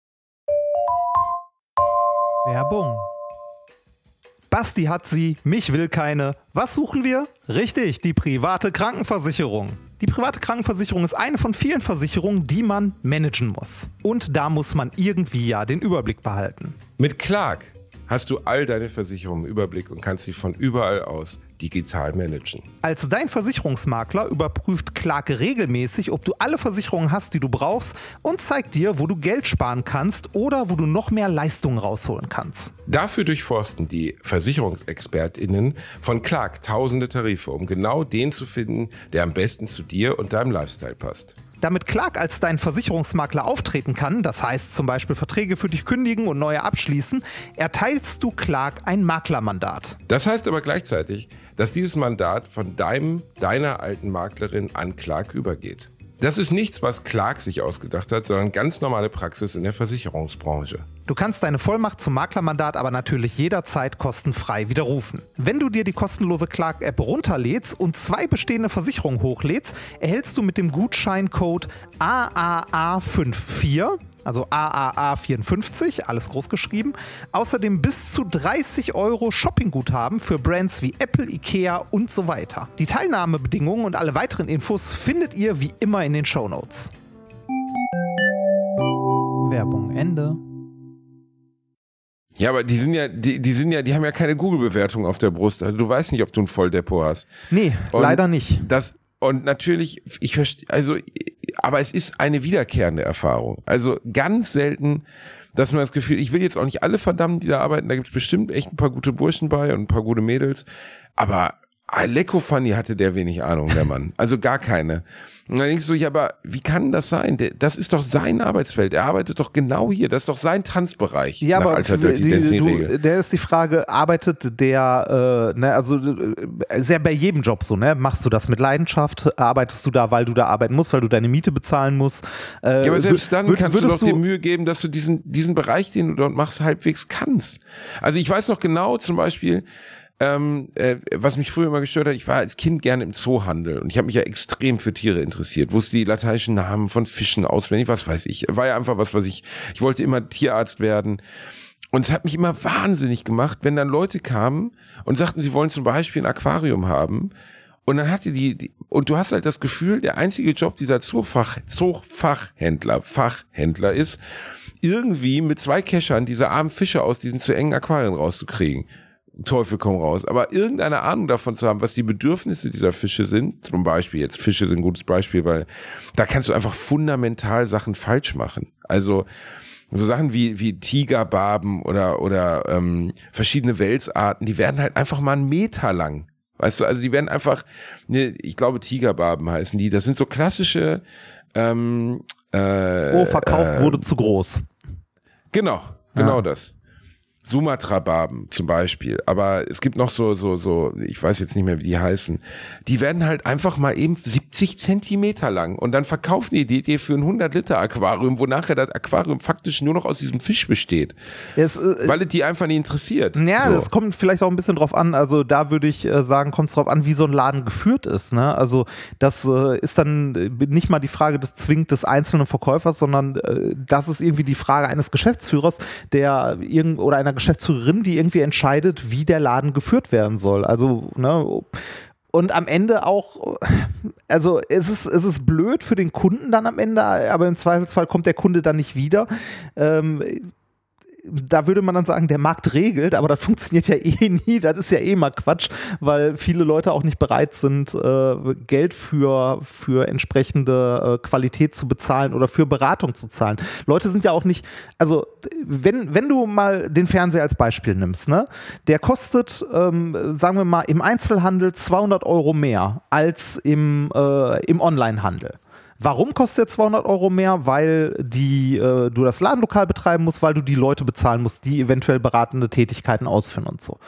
Werbung. Basti hat sie, mich will keine. Was suchen wir? Richtig, die private Krankenversicherung. Die private Krankenversicherung ist eine von vielen Versicherungen, die man managen muss. Und da muss man irgendwie ja den Überblick behalten. Mit Clark hast du all deine Versicherungen im Überblick und kannst sie von überall aus digital managen. Als dein Versicherungsmakler überprüft Clark regelmäßig, ob du alle Versicherungen hast, die du brauchst und zeigt dir, wo du Geld sparen kannst oder wo du noch mehr Leistungen rausholen kannst. Dafür durchforsten die VersicherungsexpertInnen von Clark tausende Tarife, um genau den zu finden, der am besten zu dir und deinem Lifestyle passt. Damit Clark als dein Versicherungsmakler auftreten kann, das heißt zum Beispiel Verträge für dich kündigen und neue abschließen, erteilst du Clark ein Maklermandat. Das heißt aber gleichzeitig, dass dieses Mandat von deinem, deiner alten Maklerin an Clark übergeht. Das ist nichts, was Clark sich ausgedacht hat, sondern ganz normale Praxis in der Versicherungsbranche. Du kannst deine Vollmacht zum Maklermandat aber natürlich jederzeit kostenfrei widerrufen. Wenn du dir die kostenlose Clark-App runterlädst und zwei bestehende Versicherungen hochlädst, erhältst du mit dem Gutscheincode A A A fünfundvierzig, also A A A vierundfünfzig, alles groß geschrieben, außerdem bis zu dreißig Euro Shoppingguthaben für Brands wie Apple, Ikea und so weiter. Die Teilnahmebedingungen und alle weiteren Infos findet ihr wie immer in den Shownotes. Werbung Ende. Ja, aber die sind ja, die, die sind ja, die haben ja keine Google-Bewertung auf der Brust. Also du weißt nicht, ob du ein Volldepot hast. Nee, und leider nicht. Das, und natürlich, ich verstehe, also, aber es ist eine wiederkehrende Erfahrung. Also ganz selten, dass man das Gefühl, ich will jetzt auch nicht alle verdammen, die da arbeiten, da gibt es bestimmt echt ein paar gute Burschen bei und ein paar gute Mädels, aber Lecko Funny hatte der wenig Ahnung, der Mann. Also gar keine. Und dann denkst du, ja, aber wie kann das sein? Das ist doch sein Arbeitsfeld. Er arbeitet doch genau hier. Das ist doch sein Tanzbereich. Ja, nach aber alter Dirty Dancing Regel. Der ist die Frage, arbeitet der, äh, ne, also äh, ist ja bei jedem Job so, ne? Machst du das mit Leidenschaft? Arbeitest du da, weil du da arbeiten musst, weil du deine Miete bezahlen musst? Äh, ja, aber selbst dann würd, kannst du doch du dir Mühe geben, dass du diesen, diesen Bereich, den du dort machst, halbwegs kannst. Also ich weiß noch genau, zum Beispiel, Ähm, äh, was mich früher immer gestört hat, ich war als Kind gerne im Zoohandel und ich habe mich ja extrem für Tiere interessiert, wusste die lateinischen Namen von Fischen auswendig, was weiß ich, war ja einfach was, was ich, ich wollte immer Tierarzt werden und es hat mich immer wahnsinnig gemacht, wenn dann Leute kamen und sagten, sie wollen zum Beispiel ein Aquarium haben und dann hatte die, die und du hast halt das Gefühl, der einzige Job dieser Zoofach, Zoofachhändler, Fachhändler ist, irgendwie mit zwei Keschern diese armen Fische aus diesen zu engen Aquarien rauszukriegen. Teufel komm raus. Aber irgendeine Ahnung davon zu haben, was die Bedürfnisse dieser Fische sind, zum Beispiel jetzt Fische sind ein gutes Beispiel, weil da kannst du einfach fundamental Sachen falsch machen. Also so Sachen wie wie Tigerbarben oder oder ähm, verschiedene Welsarten, die werden halt einfach mal einen Meter lang. Weißt du, also die werden einfach, ne, ich glaube Tigerbarben heißen die. Das sind so klassische. Ähm, äh, oh, verkauft äh, wurde zu groß. Genau, genau ja. das. Sumatra-Barben zum Beispiel, aber es gibt noch so, so, so, ich weiß jetzt nicht mehr, wie die heißen, die werden halt einfach mal eben siebzig Zentimeter lang und dann verkaufen die die für ein hundert Liter Aquarium, wo nachher das Aquarium faktisch nur noch aus diesem Fisch besteht, es, äh, weil es die einfach nicht interessiert. Ja, so. Das kommt vielleicht auch ein bisschen drauf an, also da würde ich äh, sagen, kommt es drauf an, wie so ein Laden geführt ist, ne? Also das äh, ist dann nicht mal die Frage des zwingend des einzelnen Verkäufers, sondern äh, das ist irgendwie die Frage eines Geschäftsführers, der irgend oder einer Geschäftsführerin, die irgendwie entscheidet, wie der Laden geführt werden soll. Also, ne, und am Ende auch, also es ist, es ist blöd für den Kunden dann am Ende, aber im Zweifelsfall kommt der Kunde dann nicht wieder. Ähm, Da würde man dann sagen, der Markt regelt, aber das funktioniert ja eh nie, das ist ja eh mal Quatsch, weil viele Leute auch nicht bereit sind, äh, Geld für, für entsprechende äh, Qualität zu bezahlen oder für Beratung zu zahlen. Leute sind ja auch nicht, also wenn, wenn du mal den Fernseher als Beispiel nimmst, ne, der kostet, ähm, sagen wir mal, im Einzelhandel zweihundert Euro mehr als im, äh, im Onlinehandel. Warum kostet er zweihundert Euro mehr? Weil die, äh, du das Ladenlokal betreiben musst, weil du die Leute bezahlen musst, die eventuell beratende Tätigkeiten ausführen und so.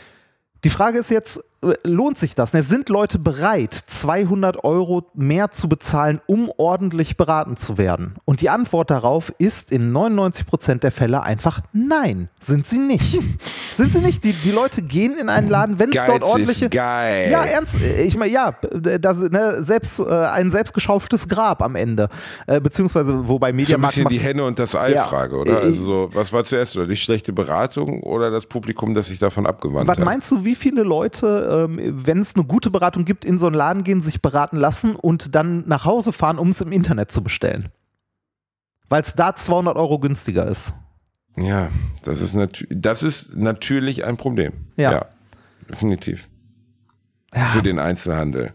Die Frage ist jetzt, lohnt sich das? Sind Leute bereit, zweihundert Euro mehr zu bezahlen, um ordentlich beraten zu werden? Und die Antwort darauf ist in neunundneunzig Prozent der Fälle einfach nein, sind sie nicht. Sind sie nicht. Die, die Leute gehen in einen Laden, wenn es dort ordentliche... Ist geil. Ja, ernst. Ich meine, ja, das, ne, selbst, äh, ein selbstgeschaufeltes Grab am Ende. Äh, beziehungsweise, wobei Mediamarkt... So ein bisschen die Henne- und das Ei-Frage, ja, oder? Ich, also so, was war zuerst? Oder die schlechte Beratung oder das Publikum, das sich davon abgewandt was hat? Was meinst du, wie viele Leute, ähm, wenn es eine gute Beratung gibt, in so einen Laden gehen, sich beraten lassen und dann nach Hause fahren, um es im Internet zu bestellen? Weil es da zweihundert Euro günstiger ist. Ja, das ist, nat- das ist natürlich ein Problem. Ja. Ja, definitiv. Ja. Für den Einzelhandel.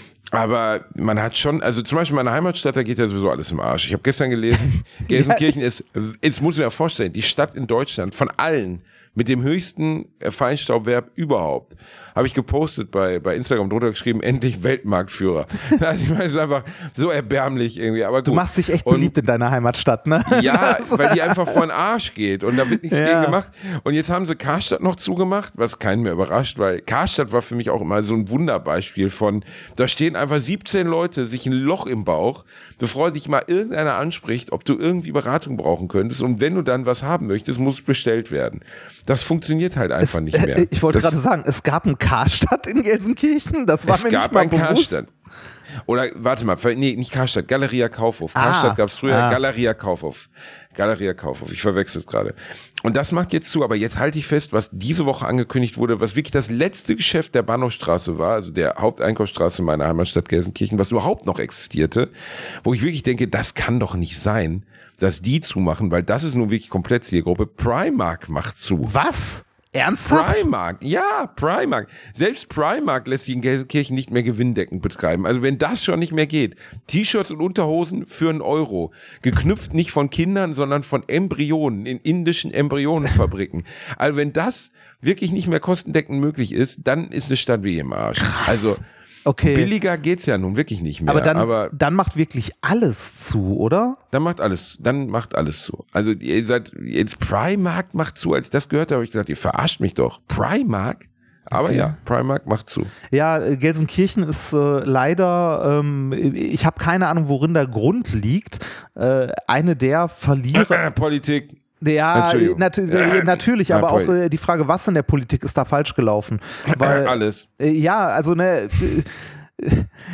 Aber man hat schon, also zum Beispiel meine Heimatstadt, da geht ja sowieso alles im Arsch. Ich habe gestern gelesen, Gelsenkirchen ist, jetzt muss ich mir vorstellen, die Stadt in Deutschland von allen mit dem höchsten Feinstaubwert überhaupt. Habe ich gepostet bei, bei Instagram, drunter geschrieben, endlich Weltmarktführer. Also ich meine, es ist einfach so erbärmlich irgendwie. Aber gut. Du machst dich echt und, beliebt in deiner Heimatstadt, ne? Ja, weil die einfach vor den Arsch geht und da wird nichts Ja. gegen gemacht. Und jetzt haben sie Karstadt noch zugemacht, was keinen mehr überrascht, weil Karstadt war für mich auch immer so ein Wunderbeispiel von, da stehen einfach siebzehn Leute, sich ein Loch im Bauch, bevor dich mal irgendeiner anspricht, ob du irgendwie Beratung brauchen könntest. Und wenn du dann was haben möchtest, muss es bestellt werden. Das funktioniert halt einfach es, nicht mehr. Äh, ich wollte das, gerade sagen, es gab einen Karstadt in Gelsenkirchen, das war es mir gab nicht mal ein bewusst. Karstadt. Oder, warte mal, nee, nicht Karstadt, Galeria Kaufhof. Ah, Karstadt gab es früher, ah. Galeria Kaufhof. Galeria Kaufhof, ich verwechsel es gerade. Und das macht jetzt zu, aber jetzt halte ich fest, was diese Woche angekündigt wurde, was wirklich das letzte Geschäft der Bahnhofstraße war, also der Haupteinkaufsstraße meiner Heimatstadt Gelsenkirchen, was überhaupt noch existierte, wo ich wirklich denke, das kann doch nicht sein, dass die zumachen, weil das ist nun wirklich komplett Zielgruppe. Primark macht zu. Was? Ernsthaft? Primark, ja, Primark. Selbst Primark lässt sich in Gelsenkirchen nicht mehr gewinndeckend betreiben. Also wenn das schon nicht mehr geht, T-Shirts und Unterhosen für einen Euro, geknüpft nicht von Kindern, sondern von Embryonen in indischen Embryonenfabriken. Also wenn das wirklich nicht mehr kostendeckend möglich ist, dann ist eine Stadt wie im Arsch. Krass. Also Okay. billiger geht's ja nun wirklich nicht mehr. Aber dann, aber dann macht wirklich alles zu, oder? Dann macht alles, dann macht alles zu. Also ihr seid, jetzt Primark macht zu, als das gehört habe, ich gedacht, ihr verarscht mich doch. Primark? Aber Okay. ja, Primark macht zu. Ja, äh, Gelsenkirchen ist äh, leider, ähm, ich habe keine Ahnung, worin der Grund liegt. Äh, eine der Verlierer. Politik. Ja, Entschuldigung. nat äh, natürlich, Ja, aber auch Poli- äh, die Frage, was in der Politik ist da falsch gelaufen? Weil, Alles. Äh, ja, also ne, äh,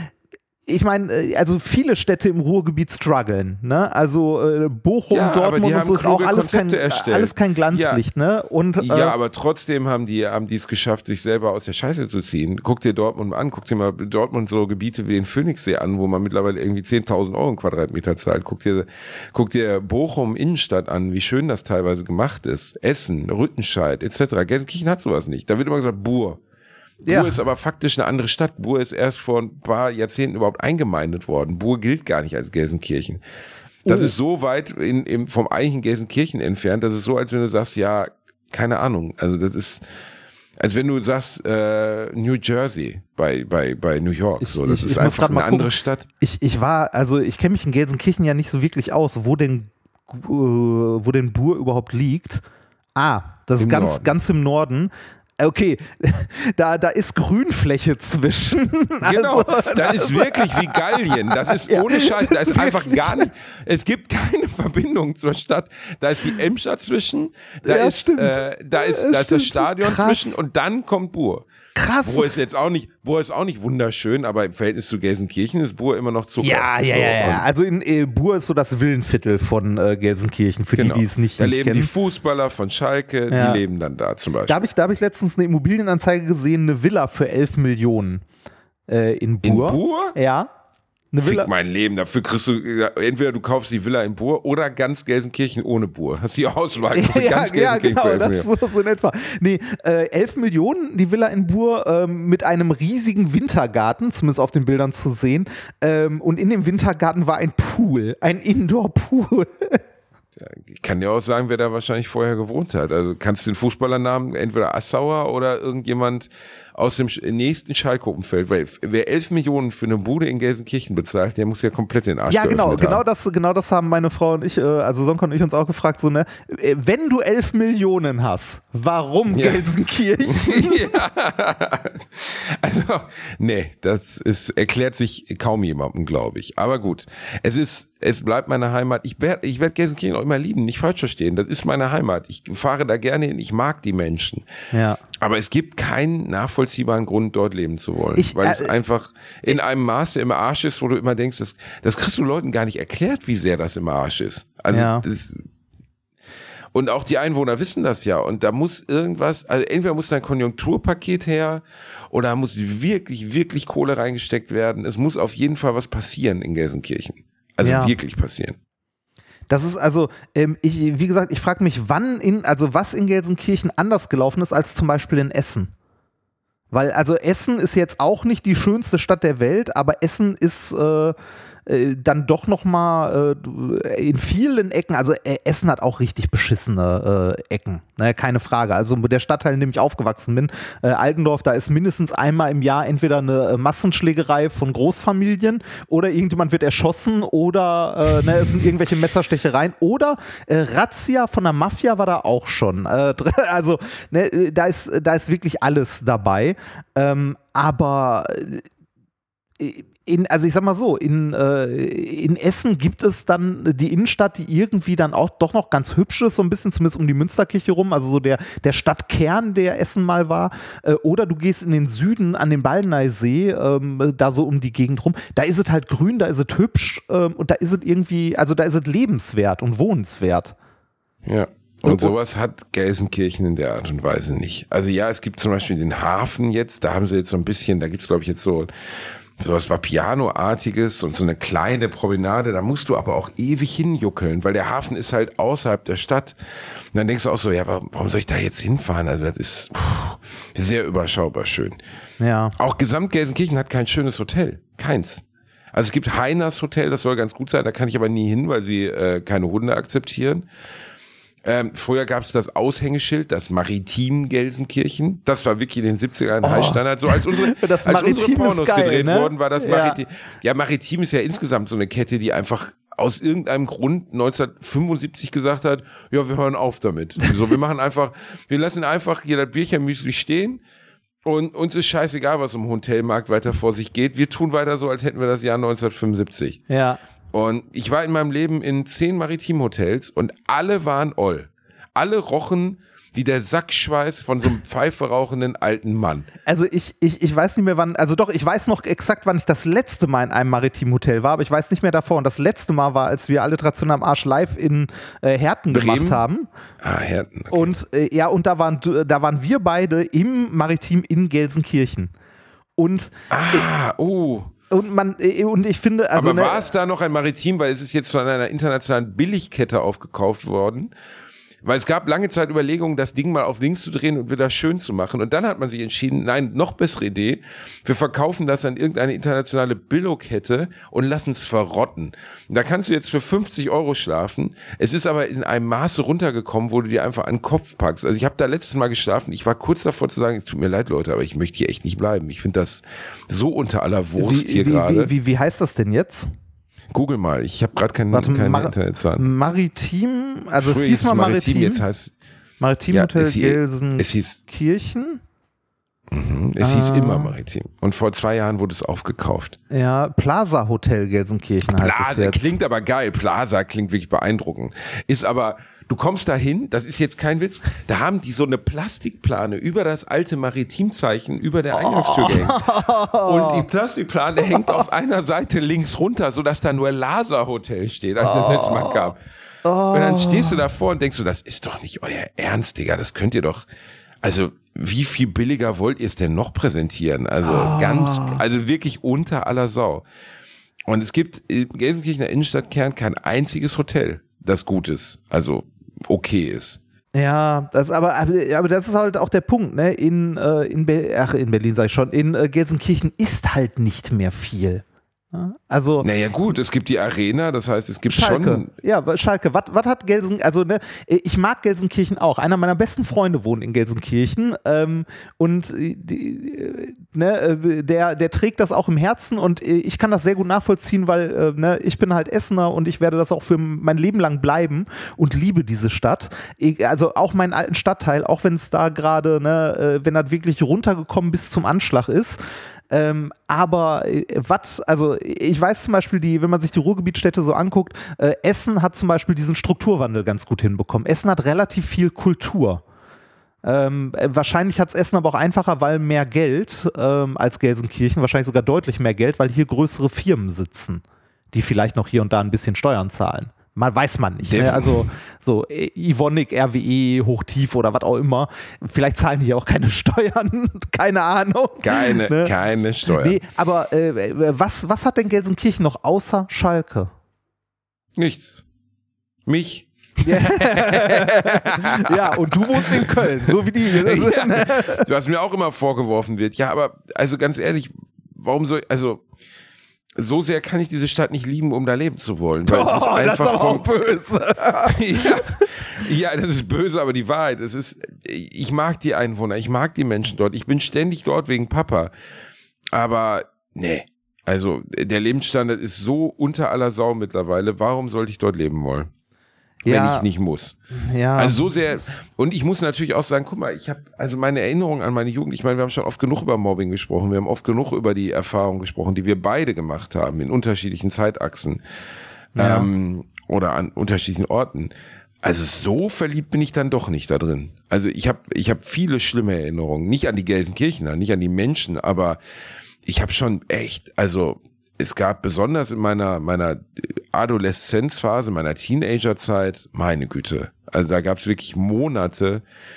ich meine, äh, also viele Städte im Ruhrgebiet strugglen, ne? Also äh, Bochum, Ja, aber die Dortmund und haben so ist auch kluge alles kein, Konzepte erstellt. alles kein Glanzlicht, ne? Und, äh, Ja, aber trotzdem haben die haben die es geschafft, sich selber aus der Scheiße zu ziehen. Guck dir Dortmund an, guck dir mal Dortmund so Gebiete wie den Phoenixsee an, wo man mittlerweile irgendwie zehntausend Euro im Quadratmeter zahlt. Guck dir, guck dir Bochum Innenstadt an, wie schön das teilweise gemacht ist. Essen, Rüttenscheid et cetera. Gelsenkirchen hat sowas nicht. Da wird immer gesagt, Buhr. Buhr Ja. ist aber faktisch eine andere Stadt. Buhr ist erst vor ein paar Jahrzehnten überhaupt eingemeindet worden. Buhr gilt gar nicht als Gelsenkirchen. Das Oh. ist so weit in, im, vom eigentlichen Gelsenkirchen entfernt, das ist so, als wenn du sagst, ja, keine Ahnung. Also das ist, als wenn du sagst, äh, New Jersey bei, bei, bei New York. Ich- So, das ich- ist ich muss einfach grad eine mal andere gucken. Stadt. Ich, ich war, also ich kenne mich in Gelsenkirchen ja nicht so wirklich aus, wo denn, äh, wo denn Buhr überhaupt liegt. Ah, das ist Im ganz, Norden. ganz im Norden. Okay, da, da ist Grünfläche zwischen. Genau, Also, da ist wirklich wie Gallien. Das ist Ja, ohne Scheiß. Da ist ist einfach wirklich- gar nicht. Es gibt keine Verbindung zur Stadt. Da ist die Emscher zwischen. Da Ja, ist, stimmt. äh, da ist, Ja, da ist das stimmt. Stadion Krass. zwischen und dann kommt Buhr. Krass. Buhr ist jetzt auch nicht, Buhr ist auch nicht wunderschön, aber im Verhältnis zu Gelsenkirchen ist Buhr immer noch Zucker. Ja, ja, So, ja, ja. und Also in äh, Buhr ist so das Villenviertel von äh, Gelsenkirchen, für Genau. die, die es nicht, da nicht leben kennen. die Fußballer von Schalke, Ja. die leben dann da zum Beispiel. Da habe ich, da hab ich letztens eine Immobilienanzeige gesehen, eine Villa für elf Millionen äh, in Buhr. In Buhr? Ja. Eine Villa. Fick mein Leben, dafür kriegst du, entweder du kaufst die Villa in Buhr oder ganz Gelsenkirchen ohne Buhr. Hast die Auswahl, kriegst du Ja, ganz ja, Gelsenkirchen genau, für elf das ist Millionen. so, so in etwa. Nee, äh, elf Millionen, die Villa in Buhr, ähm, mit einem riesigen Wintergarten, zumindest auf den Bildern zu sehen. Ähm, und in dem Wintergarten war ein Pool, ein Indoor-Pool. Ich kann dir auch sagen, wer da wahrscheinlich vorher gewohnt hat. Also kannst du den Fußballernamen entweder Assauer oder irgendjemand aus dem sch- nächsten Schalke-Umfeld, weil wer elf Millionen für eine Bude in Gelsenkirchen bezahlt, der muss ja komplett den Arsch Ja, genau, geöffnet genau haben. das, genau das haben meine Frau und ich, äh, also Sonka und ich uns auch gefragt, so, ne, äh, wenn du elf Millionen hast, warum Ja. Gelsenkirchen? Ja. Also, nee, das ist, erklärt sich kaum jemandem, glaube ich. Aber gut, es ist, es bleibt meine Heimat. Ich werde ich werd Gelsenkirchen auch immer lieben, nicht falsch verstehen. Das ist meine Heimat. Ich fahre da gerne hin, ich mag die Menschen. Ja. Aber es gibt keinen nachvollziehbaren Grund, dort leben zu wollen. Ich, weil äh, es einfach in einem Maße im Arsch ist, wo du immer denkst, das, das kriegst du Leuten gar nicht erklärt, wie sehr das im Arsch ist. Also Ja. das, und auch die Einwohner wissen das ja. Und da muss irgendwas, also entweder muss da ein Konjunkturpaket her oder muss wirklich, wirklich Kohle reingesteckt werden. Es muss auf jeden Fall was passieren in Gelsenkirchen. Also Ja. wirklich passieren. Das ist also, ähm, ich, wie gesagt, ich frage mich, wann in, also was in Gelsenkirchen anders gelaufen ist als zum Beispiel in Essen. Weil, also Essen ist jetzt auch nicht die schönste Stadt der Welt, aber Essen ist äh, äh, dann doch nochmal äh, in vielen Ecken, also äh, Essen hat auch richtig beschissene äh, Ecken, ne, keine Frage. Also der Stadtteil, in dem ich aufgewachsen bin, äh, Altendorf, da ist mindestens einmal im Jahr entweder eine äh, Massenschlägerei von Großfamilien oder irgendjemand wird erschossen oder äh, ne, es sind irgendwelche Messerstechereien oder äh, Razzia von der Mafia war da auch schon. Äh, also ne, da ist, da ist wirklich alles dabei. Ähm, aber äh, in, also ich sag mal so, in, äh, in Essen gibt es dann die Innenstadt, die irgendwie dann auch doch noch ganz hübsch ist, so ein bisschen zumindest um die Münsterkirche rum, also so der, der Stadtkern, der Essen mal war. Äh, oder du gehst in den Süden an den Ballneisee, ähm, da so um die Gegend rum. Da ist es halt grün, da ist es hübsch ähm, und da ist es irgendwie, also da ist es lebenswert und wohnenswert. Ja. Und sowas hat Gelsenkirchen in der Art und Weise nicht. Also ja, es gibt zum Beispiel den Hafen jetzt, da haben sie jetzt so ein bisschen, da gibt's glaube ich jetzt so sowas Vapiano-artiges und so eine kleine Promenade, da musst du aber auch ewig hinjuckeln, weil der Hafen ist halt außerhalb der Stadt. Und dann denkst du auch so, ja, warum soll ich da jetzt hinfahren? Also das ist puh, sehr überschaubar schön. Ja. Auch Gesamt Gelsenkirchen hat kein schönes Hotel. Keins. Also es gibt Heiners Hotel, das soll ganz gut sein, da kann ich aber nie hin, weil sie äh, keine Hunde akzeptieren. Ähm, früher gab es das Aushängeschild, das Maritim Gelsenkirchen. Das war wirklich in den siebzigern ein Oh. Highstandard. So als unsere, Das als unsere Maritim ist Pornos geil, gedreht ne? wurden, war das Ja. Maritim. Ja, Maritim ist ja insgesamt so eine Kette, die einfach aus irgendeinem Grund neunzehnhundertfünfundsiebzig gesagt hat, ja, wir hören auf damit. So, wir machen einfach, wir lassen einfach hier das Bierchen-Müsli stehen. Und uns ist scheißegal, was im Hotelmarkt weiter vor sich geht. Wir tun weiter so, als hätten wir das Jahr neunzehnhundertfünfundsiebzig. Ja. Und ich war in meinem Leben in zehn Maritimhotels und alle waren oll. Alle rochen wie der Sackschweiß von so einem Pfeife rauchenden alten Mann. Also ich, ich, ich weiß nicht mehr wann, also doch, ich weiß noch exakt, wann ich das letzte Mal in einem Maritim-Hotel war, aber ich weiß nicht mehr davor. Und das letzte Mal war, als wir Alliteration am Arsch live in äh, Herten Bremen? gemacht haben. Ah, Herten. Okay. Und äh, ja, und da waren, da waren wir beide im Maritim in Gelsenkirchen. Und, Ah, oh. und man, äh, und ich finde, also. Aber ne, war es da noch ein Maritim, weil es ist jetzt von einer internationalen Billigkette aufgekauft worden? Weil es gab lange Zeit Überlegungen, das Ding mal auf links zu drehen und wieder schön zu machen. Und dann hat man sich entschieden, nein, noch bessere Idee. Wir verkaufen das an irgendeine internationale Billokette und lassen es verrotten. Und da kannst du jetzt für fünfzig Euro schlafen. Es ist aber in einem Maße runtergekommen, wo du dir einfach an den Kopf packst. Also ich habe da letztes Mal geschlafen. Ich war kurz davor zu sagen, es tut mir leid, Leute, aber ich möchte hier echt nicht bleiben. Ich finde das so unter aller Wurst wie, hier wie, gerade. wie, wie, wie heißt das denn jetzt? Google mal. Ich habe gerade kein, Warte, keine Mar- Internetzahlen. Maritim, also Früher es hieß hieß mal Maritim, Maritim. jetzt heißt Maritimhotel ja, es hieß, es hieß, Gelsenkirchen? Mhm, es ah. hieß immer Maritim. Und vor zwei Jahren wurde es aufgekauft. Ja, Plaza Hotel Gelsenkirchen heißt Plaza, es jetzt. Klingt aber geil. Plaza klingt wirklich beeindruckend. Ist aber, du kommst da hin, das ist jetzt kein Witz, da haben die so eine Plastikplane über das alte Maritimzeichen über der Eingangstür gehängt. Oh. Und die Plastikplane hängt auf einer Seite links runter, sodass da nur Plaza Hotel steht, als ich das letzte Mal kam. Oh. Und dann stehst du davor und denkst du, das ist doch nicht euer Ernst, Digga, das könnt ihr doch, also wie viel billiger wollt ihr es denn noch präsentieren? Also oh. ganz, also wirklich unter aller Sau. Und es gibt in Gelsenkirchener Innenstadtkern kein einziges Hotel, das gut ist, also okay ist. Ja, das aber, aber das ist halt auch der Punkt, ne? In, äh, in, Be- ach, in Berlin sag ich schon, in äh, Gelsenkirchen ist halt nicht mehr viel. Also, naja gut, es gibt die Arena, das heißt, es gibt Schalke. schon... Ja, Schalke, was hat Gelsenkirchen, also ne, ich mag Gelsenkirchen auch, einer meiner besten Freunde wohnt in Gelsenkirchen ähm, und die, ne, der, der trägt das auch im Herzen und ich kann das sehr gut nachvollziehen, weil äh, ne, ich bin halt Essener und ich werde das auch für mein Leben lang bleiben und liebe diese Stadt, ich, also auch meinen alten Stadtteil, auch wenn es da gerade, ne, wenn das wirklich runtergekommen bis zum Anschlag ist. Ähm, aber äh, was, also ich weiß zum Beispiel, die, wenn man sich die Ruhrgebietsstädte so anguckt, äh, Essen hat zum Beispiel diesen Strukturwandel ganz gut hinbekommen. Essen hat relativ viel Kultur. Ähm, äh, wahrscheinlich hat es Essen aber auch einfacher, weil mehr Geld ähm, als Gelsenkirchen, wahrscheinlich sogar deutlich mehr Geld, weil hier größere Firmen sitzen, die vielleicht noch hier und da ein bisschen Steuern zahlen. Man weiß man nicht. Ne? Also so Evonik, R W E, Hochtief oder was auch immer. Vielleicht zahlen die ja auch keine Steuern. Keine Ahnung. Keine, ne? keine Steuern. Nee, aber äh, was, was hat denn Gelsenkirchen noch außer Schalke? Nichts. Mich. Ja, und du wohnst in Köln, so wie die hier sind. Ja, was mir auch immer vorgeworfen wird. Ja, aber also ganz ehrlich, warum soll, also so sehr kann ich diese Stadt nicht lieben, um da leben zu wollen. Weil oh, es ist einfach das ist aber auch böse. ja, ja, das ist böse, aber die Wahrheit, es ist, ich mag die Einwohner, ich mag die Menschen dort, ich bin ständig dort wegen Papa. Aber, nee, also der Lebensstandard ist so unter aller Sau mittlerweile, warum sollte ich dort leben wollen? Wenn ja. ich nicht muss. Ja. Also so sehr, und ich muss natürlich auch sagen, guck mal, ich habe also meine Erinnerung an meine Jugend, ich meine, wir haben schon oft genug über Mobbing gesprochen, wir haben oft genug über die Erfahrungen gesprochen, die wir beide gemacht haben, in unterschiedlichen Zeitachsen ja. ähm, oder an unterschiedlichen Orten. Also so verliebt bin ich dann doch nicht da drin. Also ich habe ich hab viele schlimme Erinnerungen, nicht an die Gelsenkirchener, nicht an die Menschen, aber ich habe schon echt, also es gab besonders in meiner meiner Adoleszenzphase, meiner Teenagerzeit, meine Güte, also da gab es wirklich Monate,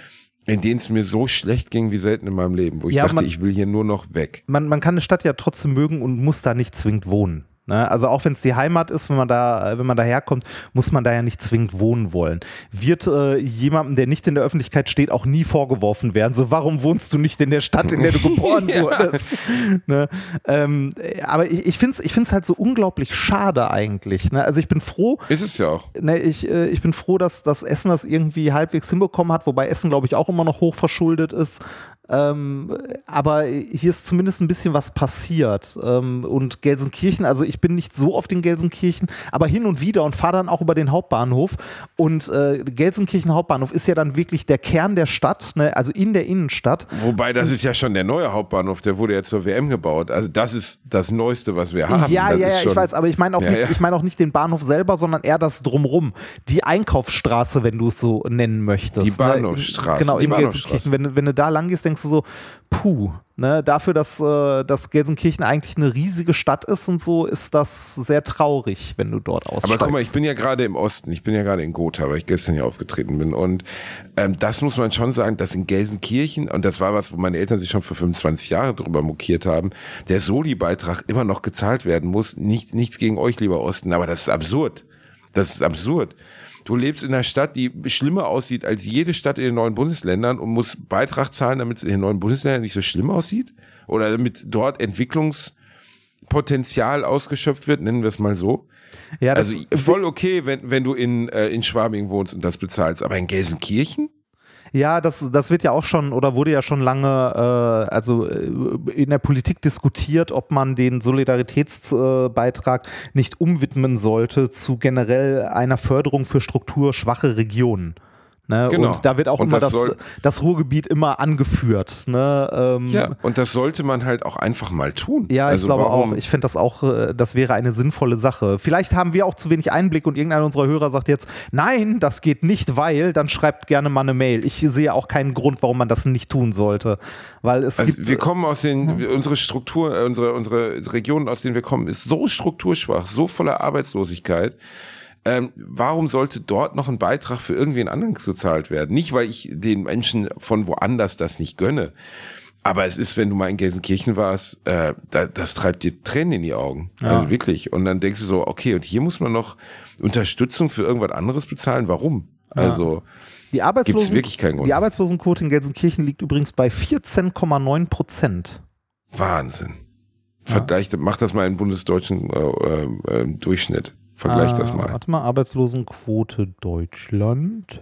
in denen es mir so schlecht ging wie selten in meinem Leben, wo ich ja, dachte, man, ich will hier nur noch weg. Man, man kann eine Stadt ja trotzdem mögen und muss da nicht zwingend wohnen. Ne? Also auch wenn es die Heimat ist, wenn man da, wenn man daherkommt, muss man da ja nicht zwingend wohnen wollen. Wird äh, jemandem, der nicht in der Öffentlichkeit steht, auch nie vorgeworfen werden. So, warum wohnst du nicht in der Stadt, in der du geboren ja. wurdest? Ne? Ähm, aber ich, ich finde es ich find's halt so unglaublich schade eigentlich. Ne? Also ich bin froh. Ist es ja auch. Ne, ich, äh, ich bin froh, dass, dass Essen das irgendwie halbwegs hinbekommen hat, wobei Essen, glaube ich, auch immer noch hoch verschuldet ist. Ähm, aber hier ist zumindest ein bisschen was passiert. Ähm, und Gelsenkirchen, also ich bin nicht so oft in Gelsenkirchen, aber hin und wieder und fahre dann auch über den Hauptbahnhof. Und äh, Gelsenkirchen Hauptbahnhof ist ja dann wirklich der Kern der Stadt, ne? Also in der Innenstadt. Wobei, das ist ja schon der neue Hauptbahnhof, der wurde ja zur W M gebaut. Also das ist das Neueste, was wir haben. Ja, das ja, ja, schon, ich weiß, aber ich meine auch, ja, ja. ich mein auch nicht den Bahnhof selber, sondern eher das Drumrum. Die Einkaufsstraße, wenn du es so nennen möchtest. Die Bahnhofstraße. Ne? Genau, die in Gelsenkirchen. Wenn, wenn du da lang gehst, denkst du so, puh, ne, dafür, dass, äh, dass Gelsenkirchen eigentlich eine riesige Stadt ist und so, ist das sehr traurig, wenn du dort aussteigst. Aber guck mal, ich bin ja gerade im Osten, ich bin ja gerade in Gotha, weil ich gestern hier aufgetreten bin und ähm, das muss man schon sagen, dass in Gelsenkirchen, und das war was, wo meine Eltern sich schon für fünfundzwanzig Jahre drüber mokiert haben, der Soli-Beitrag immer noch gezahlt werden muss. Nicht, nichts gegen euch, lieber Osten, aber das ist absurd. Das ist absurd. Du lebst in einer Stadt, die schlimmer aussieht als jede Stadt in den neuen Bundesländern und musst Beitrag zahlen, damit es in den neuen Bundesländern nicht so schlimm aussieht? Oder damit dort Entwicklungspotenzial ausgeschöpft wird, nennen wir es mal so? Ja, das also voll okay, wenn, wenn du in, äh, in Schwabing wohnst und das bezahlst, aber in Gelsenkirchen? Ja, das, das wird ja auch schon oder wurde ja schon lange äh, also in der Politik diskutiert, ob man den Solidaritätsbeitrag äh, nicht umwidmen sollte zu generell einer Förderung für strukturschwache Regionen. Ne? Genau. Und da wird auch und immer das, das, das Ruhrgebiet immer angeführt. Ne? Ähm, ja, und das sollte man halt auch einfach mal tun. Ja, also ich glaube warum? auch. Ich finde das auch, das wäre eine sinnvolle Sache. Vielleicht haben wir auch zu wenig Einblick und irgendeiner unserer Hörer sagt jetzt, nein, das geht nicht, weil, dann schreibt gerne mal eine Mail. Ich sehe auch keinen Grund, warum man das nicht tun sollte. Weil es also gibt, wir kommen aus den, ja. unsere Struktur, unsere, unsere Region, aus denen wir kommen, ist so strukturschwach, so voller Arbeitslosigkeit. Ähm, warum sollte dort noch ein Beitrag für irgendwen anderen gezahlt werden? Nicht, weil ich den Menschen von woanders das nicht gönne. Aber es ist, wenn du mal in Gelsenkirchen warst, äh, da, das treibt dir Tränen in die Augen. Ja. Also wirklich. Und dann denkst du so, okay, und hier muss man noch Unterstützung für irgendwas anderes bezahlen. Warum? Ja. Also die Arbeitslosen, gibt's wirklich keinen Grund. Die Arbeitslosenquote in Gelsenkirchen liegt übrigens bei vierzehn Komma neun Prozent. Wahnsinn. Vergleich, ja. Mach das mal in bundesdeutschen äh, äh, Durchschnitt. Vergleich das mal. Äh, warte mal, Arbeitslosenquote Deutschland.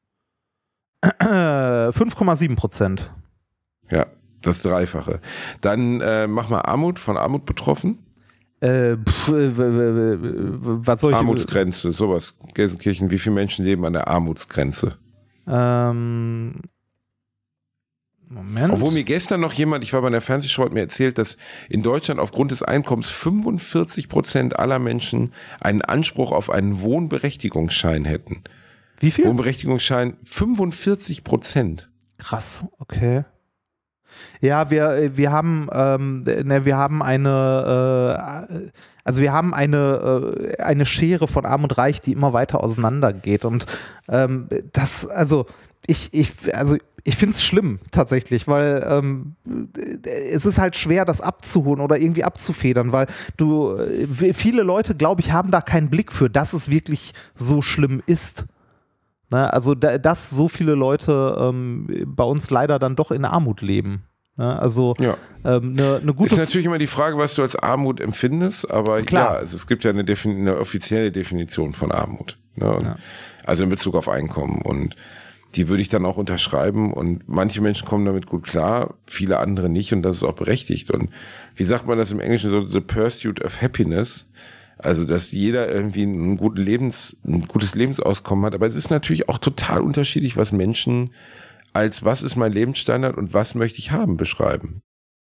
fünf Komma sieben Prozent. Ja, das Dreifache. Dann äh, mach mal Armut, von Armut betroffen. Äh, pf, was soll ich... Armutsgrenze, sowas. Gelsenkirchen, wie viele Menschen leben an der Armutsgrenze? Ähm... Moment. Obwohl mir gestern noch jemand, ich war bei einer Fernsehshow, hat mir erzählt, dass in Deutschland aufgrund des Einkommens fünfundvierzig Prozent aller Menschen einen Anspruch auf einen Wohnberechtigungsschein hätten. Wie viel? Wohnberechtigungsschein fünfundvierzig Prozent. Krass, okay. Ja, wir, wir haben, ähm, ne, wir haben eine, äh, also wir haben eine, äh, eine Schere von Arm und Reich, die immer weiter auseinandergeht. Und ähm, das, also ich, ich, also ich finde es schlimm tatsächlich, weil ähm, es ist halt schwer, das abzuholen oder irgendwie abzufedern, weil du, viele Leute, glaube ich, haben da keinen Blick für, dass es wirklich so schlimm ist. Ne? Also, da, dass so viele Leute ähm, bei uns leider dann doch in Armut leben. Ne? Also, ja. ähm, ne, ne gute. Ist natürlich immer die Frage, was du als Armut empfindest, aber Klar. ja, also es gibt ja eine, Defin- eine offizielle Definition von Armut. Ne? Ja. Also in Bezug auf Einkommen, und die würde ich dann auch unterschreiben, und manche Menschen kommen damit gut klar, viele andere nicht, und das ist auch berechtigt. Und wie sagt man das im Englischen so, the pursuit of happiness, also dass jeder irgendwie einen guten Lebens, ein gutes Lebensauskommen hat, aber es ist natürlich auch total unterschiedlich, was Menschen als was ist mein Lebensstandard und was möchte ich haben beschreiben.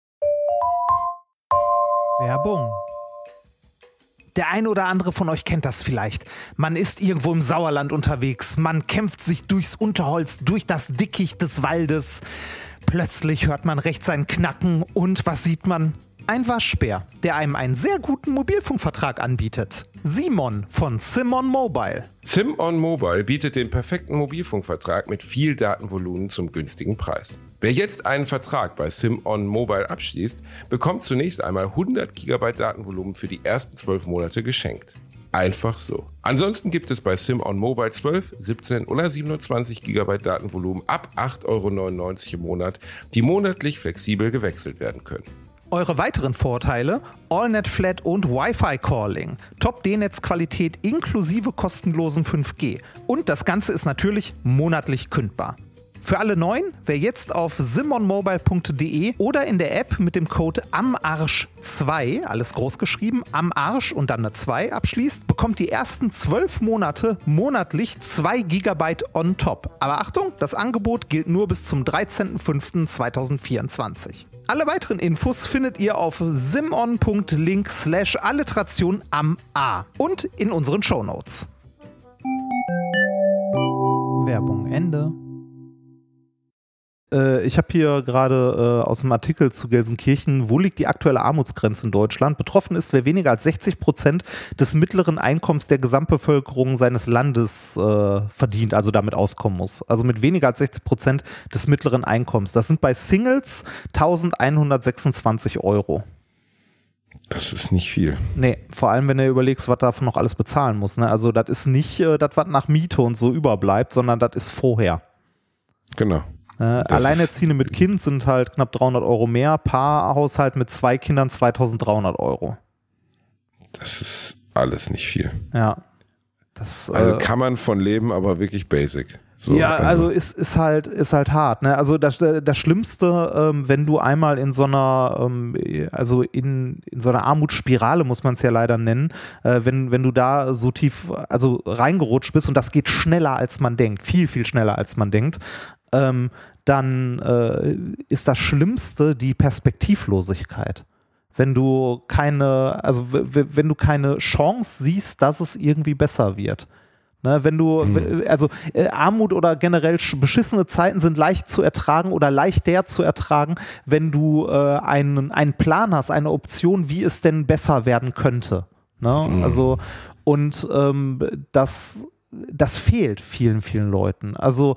Werbung. Der ein oder andere von euch kennt das vielleicht. Man ist irgendwo im Sauerland unterwegs, man kämpft sich durchs Unterholz, durch das Dickicht des Waldes. Plötzlich hört man rechts ein Knacken und was sieht man? Ein Waschbär, der einem einen sehr guten Mobilfunkvertrag anbietet. Simon von Simon Mobile. Simon Mobile bietet den perfekten Mobilfunkvertrag mit viel Datenvolumen zum günstigen Preis. Wer jetzt einen Vertrag bei Simon Mobile abschließt, bekommt zunächst einmal hundert Gigabyte Datenvolumen für die ersten zwölf Monate geschenkt. Einfach so. Ansonsten gibt es bei Simon Mobile zwölf, siebzehn oder siebenundzwanzig Gigabyte Datenvolumen ab acht Euro neunundneunzig im Monat, die monatlich flexibel gewechselt werden können. Eure weiteren Vorteile: AllNet Flat und Wi-Fi Calling, Top-D-Netz-Qualität inklusive kostenlosen fünf G. Und das Ganze ist natürlich monatlich kündbar. Für alle Neuen, wer jetzt auf simonmobile punkt de oder in der App mit dem Code amarsch zwei, alles groß geschrieben, amarsch und dann eine zwei abschließt, bekommt die ersten zwölf Monate monatlich zwei Gigabyte on top. Aber Achtung, das Angebot gilt nur bis zum dreizehnten fünften zweitausendvierundzwanzig. Alle weiteren Infos findet ihr auf simon punkt link slash alliteration am A und in unseren Shownotes. Werbung Ende. Ich habe hier gerade äh, aus dem Artikel zu Gelsenkirchen, wo liegt die aktuelle Armutsgrenze in Deutschland? Betroffen ist, wer weniger als sechzig Prozent des mittleren Einkommens der Gesamtbevölkerung seines Landes äh, verdient, also damit auskommen muss. Also mit weniger als sechzig Prozent des mittleren Einkommens. Das sind bei Singles eintausendeinhundertsechsundzwanzig Euro. Das ist nicht viel. Nee, vor allem, wenn du überlegst, was davon noch alles bezahlen muss. Ne? Also das ist nicht äh, das, was nach Miete und so überbleibt, sondern das ist vorher. Genau. Äh, Alleinerziehende mit Kind sind halt knapp dreihundert Euro mehr, Paarhaushalt mit zwei Kindern zweitausenddreihundert Euro. Das ist alles nicht viel. Ja. Das, also äh, kann man von leben, aber wirklich basic. So, ja, also ist, ist halt ist halt hart. Ne? Also das, das Schlimmste, ähm, wenn du einmal in so einer, ähm, also in, in so einer Armutsspirale, muss man es ja leider nennen, äh, wenn, wenn du da so tief, also reingerutscht bist und das geht schneller als man denkt, viel, viel schneller als man denkt, ähm, dann äh, ist das Schlimmste die Perspektivlosigkeit. Wenn du keine, also w- wenn du keine Chance siehst, dass es irgendwie besser wird. Ne, wenn du, hm. also äh, Armut oder generell beschissene Zeiten sind leicht zu ertragen oder leichter zu ertragen, wenn du äh, einen, einen Plan hast, eine Option, wie es denn besser werden könnte. Ne? Hm. Also, und ähm, das, das fehlt vielen, vielen Leuten. Also,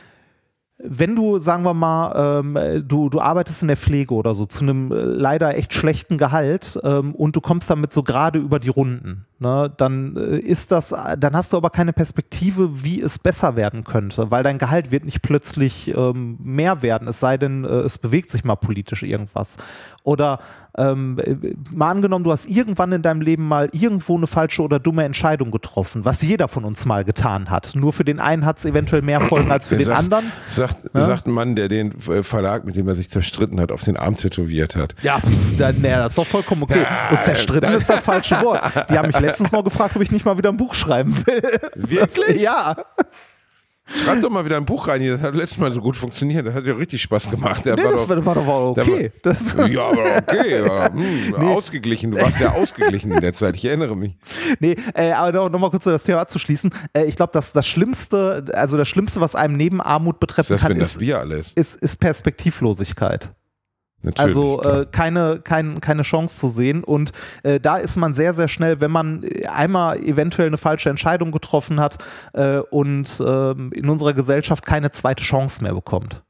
wenn du, sagen wir mal, ähm, du, du arbeitest in der Pflege oder so zu einem äh, leider echt schlechten Gehalt ähm, und du kommst damit so gerade über die Runden, ne, dann äh, ist das, dann hast du aber keine Perspektive, wie es besser werden könnte, weil dein Gehalt wird nicht plötzlich ähm, mehr werden, es sei denn, äh, es bewegt sich mal politisch irgendwas. Oder ähm, mal angenommen, du hast irgendwann in deinem Leben mal irgendwo eine falsche oder dumme Entscheidung getroffen, was jeder von uns mal getan hat. Nur für den einen hat es eventuell mehr Folgen als für den sagt, anderen. Sagt, ja? sagt ein Mann, der den Verlag, mit dem er sich zerstritten hat, auf den Arm tätowiert hat. Ja, dann, na, das ist doch vollkommen okay. Und zerstritten ist das falsche Wort. Die haben mich letztens noch gefragt, ob ich nicht mal wieder ein Buch schreiben will. Wirklich? Ja. Schreib doch mal wieder ein Buch rein hier, das hat letztes Mal so gut funktioniert, das hat ja richtig Spaß gemacht. Der nee, war das doch, war doch okay. War, das ja, aber okay, aber, hm, nee. ausgeglichen, du warst ja ausgeglichen in der Zeit, ich erinnere mich. Nee, äh, aber noch, noch mal kurz das Thema abzuschließen. Äh, ich glaube, dass das Schlimmste, also das Schlimmste, was einem neben Armut betreffen das, kann, wenn ist, das Bier alles. ist, ist Perspektivlosigkeit. Natürlich, also äh, keine, kein, keine Chance zu sehen und äh, da ist man sehr, sehr schnell, wenn man einmal eventuell eine falsche Entscheidung getroffen hat äh, und äh, in unserer Gesellschaft keine zweite Chance mehr bekommt.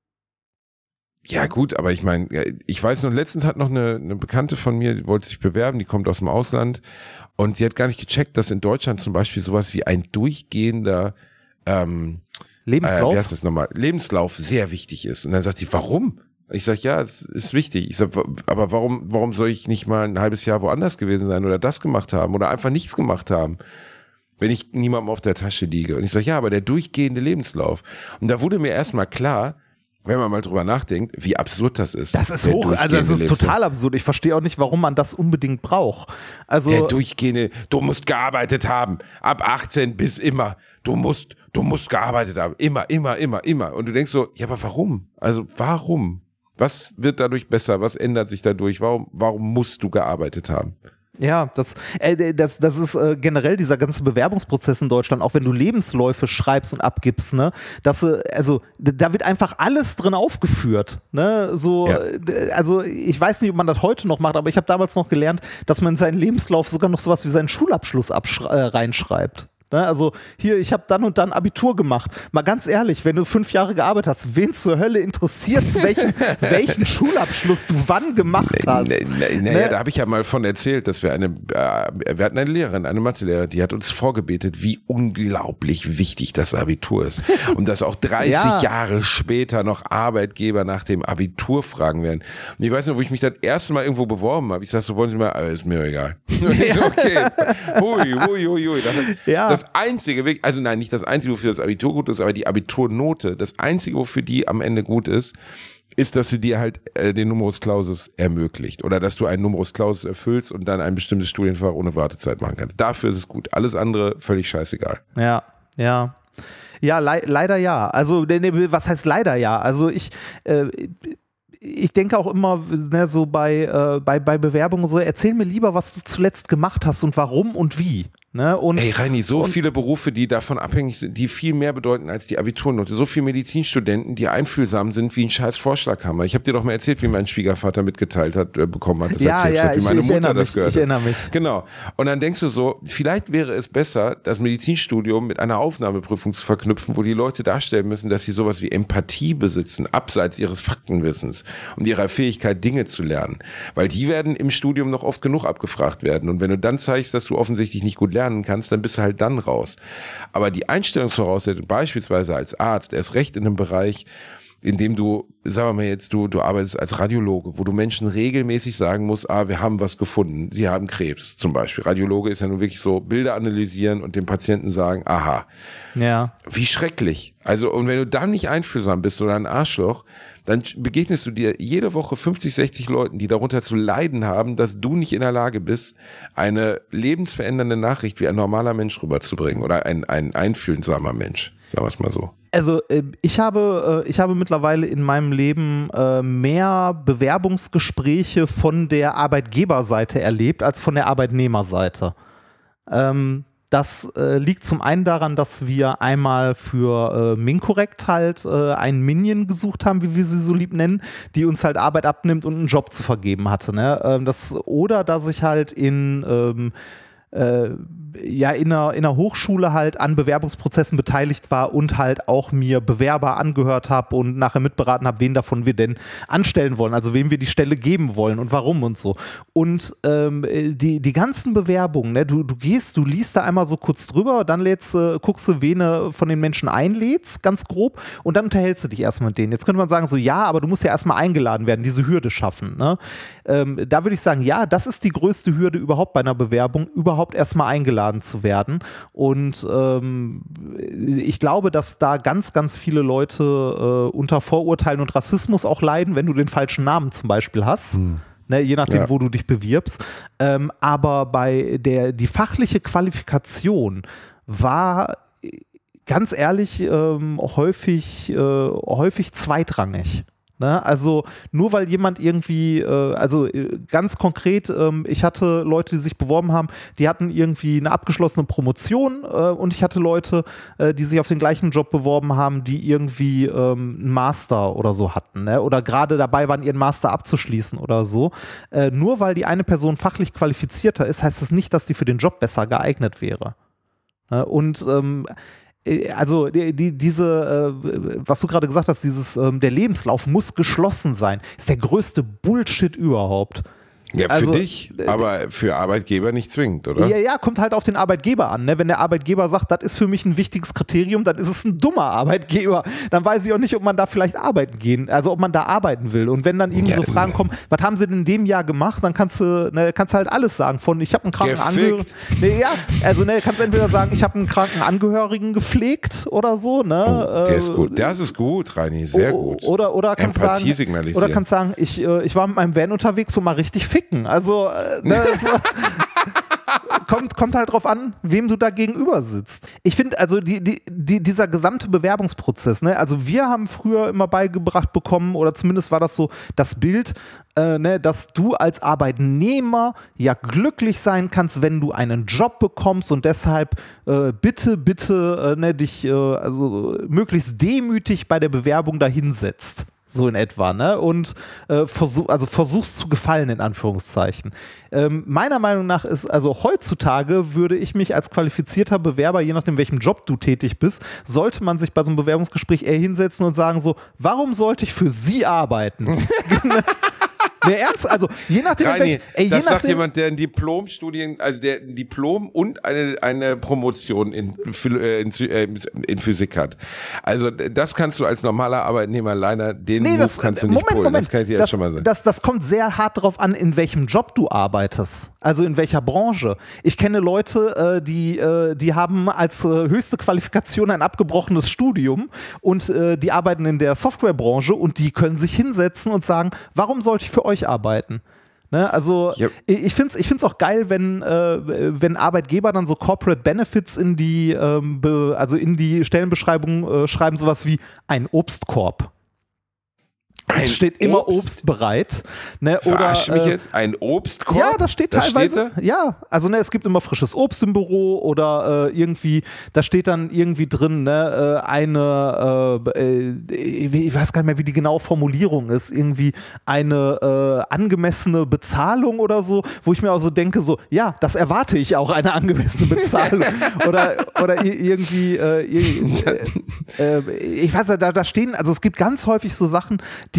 Ja gut, aber ich meine, ich weiß noch, letztens hat noch eine, eine Bekannte von mir, die wollte sich bewerben, die kommt aus dem Ausland und sie hat gar nicht gecheckt, dass in Deutschland zum Beispiel sowas wie ein durchgehender ähm, Lebenslauf, äh, wie heißt das nochmal? Lebenslauf sehr wichtig ist. Und dann sagt sie, warum? Ich sag, ja, es ist wichtig. Ich sag, aber warum, warum soll ich nicht mal ein halbes Jahr woanders gewesen sein oder das gemacht haben oder einfach nichts gemacht haben, wenn ich niemandem auf der Tasche liege? Und ich sag, ja, aber der durchgehende Lebenslauf. Und da wurde mir erstmal klar, wenn man mal drüber nachdenkt, wie absurd das ist. Das ist hoch, also das ist total absurd. Ich verstehe auch nicht, warum man das unbedingt braucht. Also der durchgehende, du musst gearbeitet haben, ab achtzehn bis immer. Du musst, du musst gearbeitet haben, immer, immer, immer, immer. Und du denkst so, ja, aber warum? Also warum? Was wird dadurch besser? Was ändert sich dadurch? Warum, warum musst du gearbeitet haben? Ja, das, äh, das, das ist äh, generell dieser ganze Bewerbungsprozess in Deutschland, auch wenn du Lebensläufe schreibst und abgibst, ne, dass, äh, also da wird einfach alles drin aufgeführt, ne, so, ja. äh, also ich weiß nicht, ob man das heute noch macht, aber ich habe damals noch gelernt, dass man in seinen Lebenslauf sogar noch sowas wie seinen Schulabschluss abschre- äh, reinschreibt. Ne, also hier, ich habe dann und dann Abitur gemacht. Mal ganz ehrlich, wenn du fünf Jahre gearbeitet hast, wen zur Hölle interessiert es, welchen, welchen Schulabschluss du wann gemacht hast? Naja, nee, nee, ne? Da habe ich ja mal von erzählt, dass wir eine, äh, wir hatten eine Lehrerin, eine Mathelehrerin, die hat uns vorgebetet, wie unglaublich wichtig das Abitur ist. Und dass auch dreißig ja. Jahre später noch Arbeitgeber nach dem Abitur fragen werden. Und ich weiß noch, wo ich mich das erste Mal irgendwo beworben habe. Ich sag so, wollen Sie mal, ah, ist mir egal. Und ich so, okay, hui, hui, hui, hui. Das, ja. das einzige, also nein, nicht das einzige, wofür das Abitur gut ist, aber die Abiturnote, das einzige, wofür die am Ende gut ist, ist, dass sie dir halt äh, den Numerus Clausus ermöglicht oder dass du einen Numerus Clausus erfüllst und dann ein bestimmtes Studienfach ohne Wartezeit machen kannst. Dafür ist es gut. Alles andere völlig scheißegal. Ja, ja. Ja, le- leider ja. Also, ne, was heißt leider ja? Also ich, äh, ich denke auch immer, ne, so bei, äh, bei, bei Bewerbungen so, erzähl mir lieber, was du zuletzt gemacht hast und warum und wie. Ne? Und, Ey, Reini, so und, viele Berufe, die davon abhängig sind, die viel mehr bedeuten als die Abiturnote. So viele Medizinstudenten, die einfühlsam sind wie ein scheiß Vorschlaghammer. Ich habe dir doch mal erzählt, wie mein Schwiegervater mitgeteilt hat, äh, bekommen hat, dass ja, er Krebs ja, hat, wie ich, meine ich Mutter das mich, gehört hat. Ich erinnere mich. Genau. Und dann denkst du so, vielleicht wäre es besser, das Medizinstudium mit einer Aufnahmeprüfung zu verknüpfen, wo die Leute darstellen müssen, dass sie sowas wie Empathie besitzen, abseits ihres Faktenwissens und ihrer Fähigkeit, Dinge zu lernen. Weil die werden im Studium noch oft genug abgefragt werden. Und wenn du dann zeigst, dass du offensichtlich nicht gut lernen kannst, dann bist du halt dann raus. Aber die Einstellungsvoraussetzung beispielsweise als Arzt, erst recht in einem Bereich, in dem du sagen wir mal jetzt, du, du arbeitest als Radiologe, wo du Menschen regelmäßig sagen musst, ah, wir haben was gefunden, sie haben Krebs zum Beispiel. Radiologe ist ja nun wirklich so, Bilder analysieren und dem Patienten sagen, aha. Ja. Wie schrecklich. Also, und wenn du dann nicht einfühlsam bist oder ein Arschloch, dann begegnest du dir jede Woche fünfzig, sechzig Leuten, die darunter zu leiden haben, dass du nicht in der Lage bist, eine lebensverändernde Nachricht wie ein normaler Mensch rüberzubringen oder ein, ein einfühlsamer Mensch, sagen wir es mal so. Also ich habe, ich habe mittlerweile in meinem Leben mehr Bewerbungsgespräche von der Arbeitgeberseite erlebt als von der Arbeitnehmerseite. Das liegt zum einen daran, dass wir einmal für Minkorrekt halt einen Minion gesucht haben, wie wir sie so lieb nennen, die uns halt Arbeit abnimmt und einen Job zu vergeben hatte. Ne? Das, oder dass ich halt in Äh, ja in einer, in einer Hochschule halt an Bewerbungsprozessen beteiligt war und halt auch mir Bewerber angehört habe und nachher mitberaten habe, wen davon wir denn anstellen wollen, also wem wir die Stelle geben wollen und warum und so. Und ähm, die, die ganzen Bewerbungen, ne, du, du gehst, du liest da einmal so kurz drüber, dann lädst, äh, guckst du, wen du von den Menschen einlädst, ganz grob, und dann unterhältst du dich erstmal mit denen. Jetzt könnte man sagen, so ja, aber du musst ja erstmal eingeladen werden, diese Hürde schaffen. Ne? Ähm, da würde ich sagen, ja, das ist die größte Hürde überhaupt bei einer Bewerbung, überhaupt erstmal eingeladen zu werden. Und ähm, ich glaube, dass da ganz, ganz viele Leute äh, unter Vorurteilen und Rassismus auch leiden, wenn du den falschen Namen zum Beispiel hast. Hm. Ne, je nachdem, ja. wo du dich bewirbst. Ähm, aber bei der die fachliche Qualifikation war ganz ehrlich ähm, häufig, äh, häufig zweitrangig. Ne? Also nur weil jemand irgendwie, äh, also äh, ganz konkret, ähm, ich hatte Leute, die sich beworben haben, die hatten irgendwie eine abgeschlossene Promotion äh, und ich hatte Leute, äh, die sich auf den gleichen Job beworben haben, die irgendwie ähm, einen Master oder so hatten, ne? Oder gerade dabei waren, ihren Master abzuschließen oder so. Äh, nur weil die eine Person fachlich qualifizierter ist, heißt das nicht, dass die für den Job besser geeignet wäre. Ne? Und ähm, Also die, die, diese, äh, was du gerade gesagt hast, dieses, ähm, der Lebenslauf muss geschlossen sein, ist der größte Bullshit überhaupt. Ja, für also, dich, aber für Arbeitgeber nicht zwingend, oder? Ja, ja, kommt halt auf den Arbeitgeber an. Ne? Wenn der Arbeitgeber sagt, das ist für mich ein wichtiges Kriterium, dann ist es ein dummer Arbeitgeber. Dann weiß ich auch nicht, ob man da vielleicht arbeiten gehen, also ob man da arbeiten will. Und wenn dann irgendwie ja, so Fragen kommen, was haben sie denn in dem Jahr gemacht, dann kannst du, ne, kannst du halt alles sagen. Von ich habe einen kranken Angehörigen. Ne, ja, also ne, kannst du entweder sagen, ich habe einen kranken Angehörigen gepflegt oder so. Ne? Oh, der ist gut, das ist gut, Reini, sehr oh, gut. Oder, oder kannst Empathie sagen, signalisieren. Oder kannst sagen, ich, äh, ich war mit meinem Van unterwegs und mal richtig ficken. Also ne, es, kommt, kommt halt drauf an, wem du da gegenüber sitzt. Ich finde, also die, die, die, dieser gesamte Bewerbungsprozess, ne, also wir haben früher immer beigebracht bekommen, oder zumindest war das so das Bild, äh, ne, dass du als Arbeitnehmer ja glücklich sein kannst, wenn du einen Job bekommst und deshalb äh, bitte, bitte äh, ne, dich äh, also möglichst demütig bei der Bewerbung dahinsetzt. So in etwa, ne? Und äh, versuch, also versuchst zu gefallen, in Anführungszeichen. Ähm, meiner Meinung nach ist, also heutzutage würde ich mich als qualifizierter Bewerber, je nachdem, welchem Job du tätig bist, sollte man sich bei so einem Bewerbungsgespräch eher hinsetzen und sagen so, warum sollte ich für Sie arbeiten? Ne, ernst? Also, je nachdem, Reini, welch, ey, je das nachdem, sagt jemand, der ein Diplomstudien, also der ein Diplom und eine, eine Promotion in, in, in Physik hat. Also, das kannst du als normaler Arbeitnehmer leider, den nee, Move das, kannst du nicht Moment, pullen. Moment. Das kann ich dir das, jetzt schon mal sagen. Das, das kommt sehr hart drauf an, in welchem Job du arbeitest. Also, in welcher Branche. Ich kenne Leute, äh, die, äh, die haben als äh, höchste Qualifikation ein abgebrochenes Studium und äh, die arbeiten in der Softwarebranche und die können sich hinsetzen und sagen, warum sollte ich für euch arbeiten? Ne, also yep. ich finde es ich find's auch geil, wenn, äh, wenn Arbeitgeber dann so Corporate Benefits in die, ähm, be, also in die Stellenbeschreibung äh, schreiben, sowas wie ein Obstkorb. Es ein steht immer Obst, Obst bereit. Ne, Verarsch oder, mich äh, jetzt? Ein Obstkorb? Ja, das steht das teilweise. Steht da? Ja, also ne, es gibt immer frisches Obst im Büro oder äh, irgendwie, da steht dann irgendwie drin, ne, äh, eine, äh, ich weiß gar nicht mehr, wie die genaue Formulierung ist, irgendwie eine äh, angemessene Bezahlung oder so, wo ich mir auch so denke, so, ja, das erwarte ich auch, eine angemessene Bezahlung. oder, oder irgendwie, äh, äh, äh, ich weiß ja, da, da stehen, also es gibt ganz häufig so Sachen, die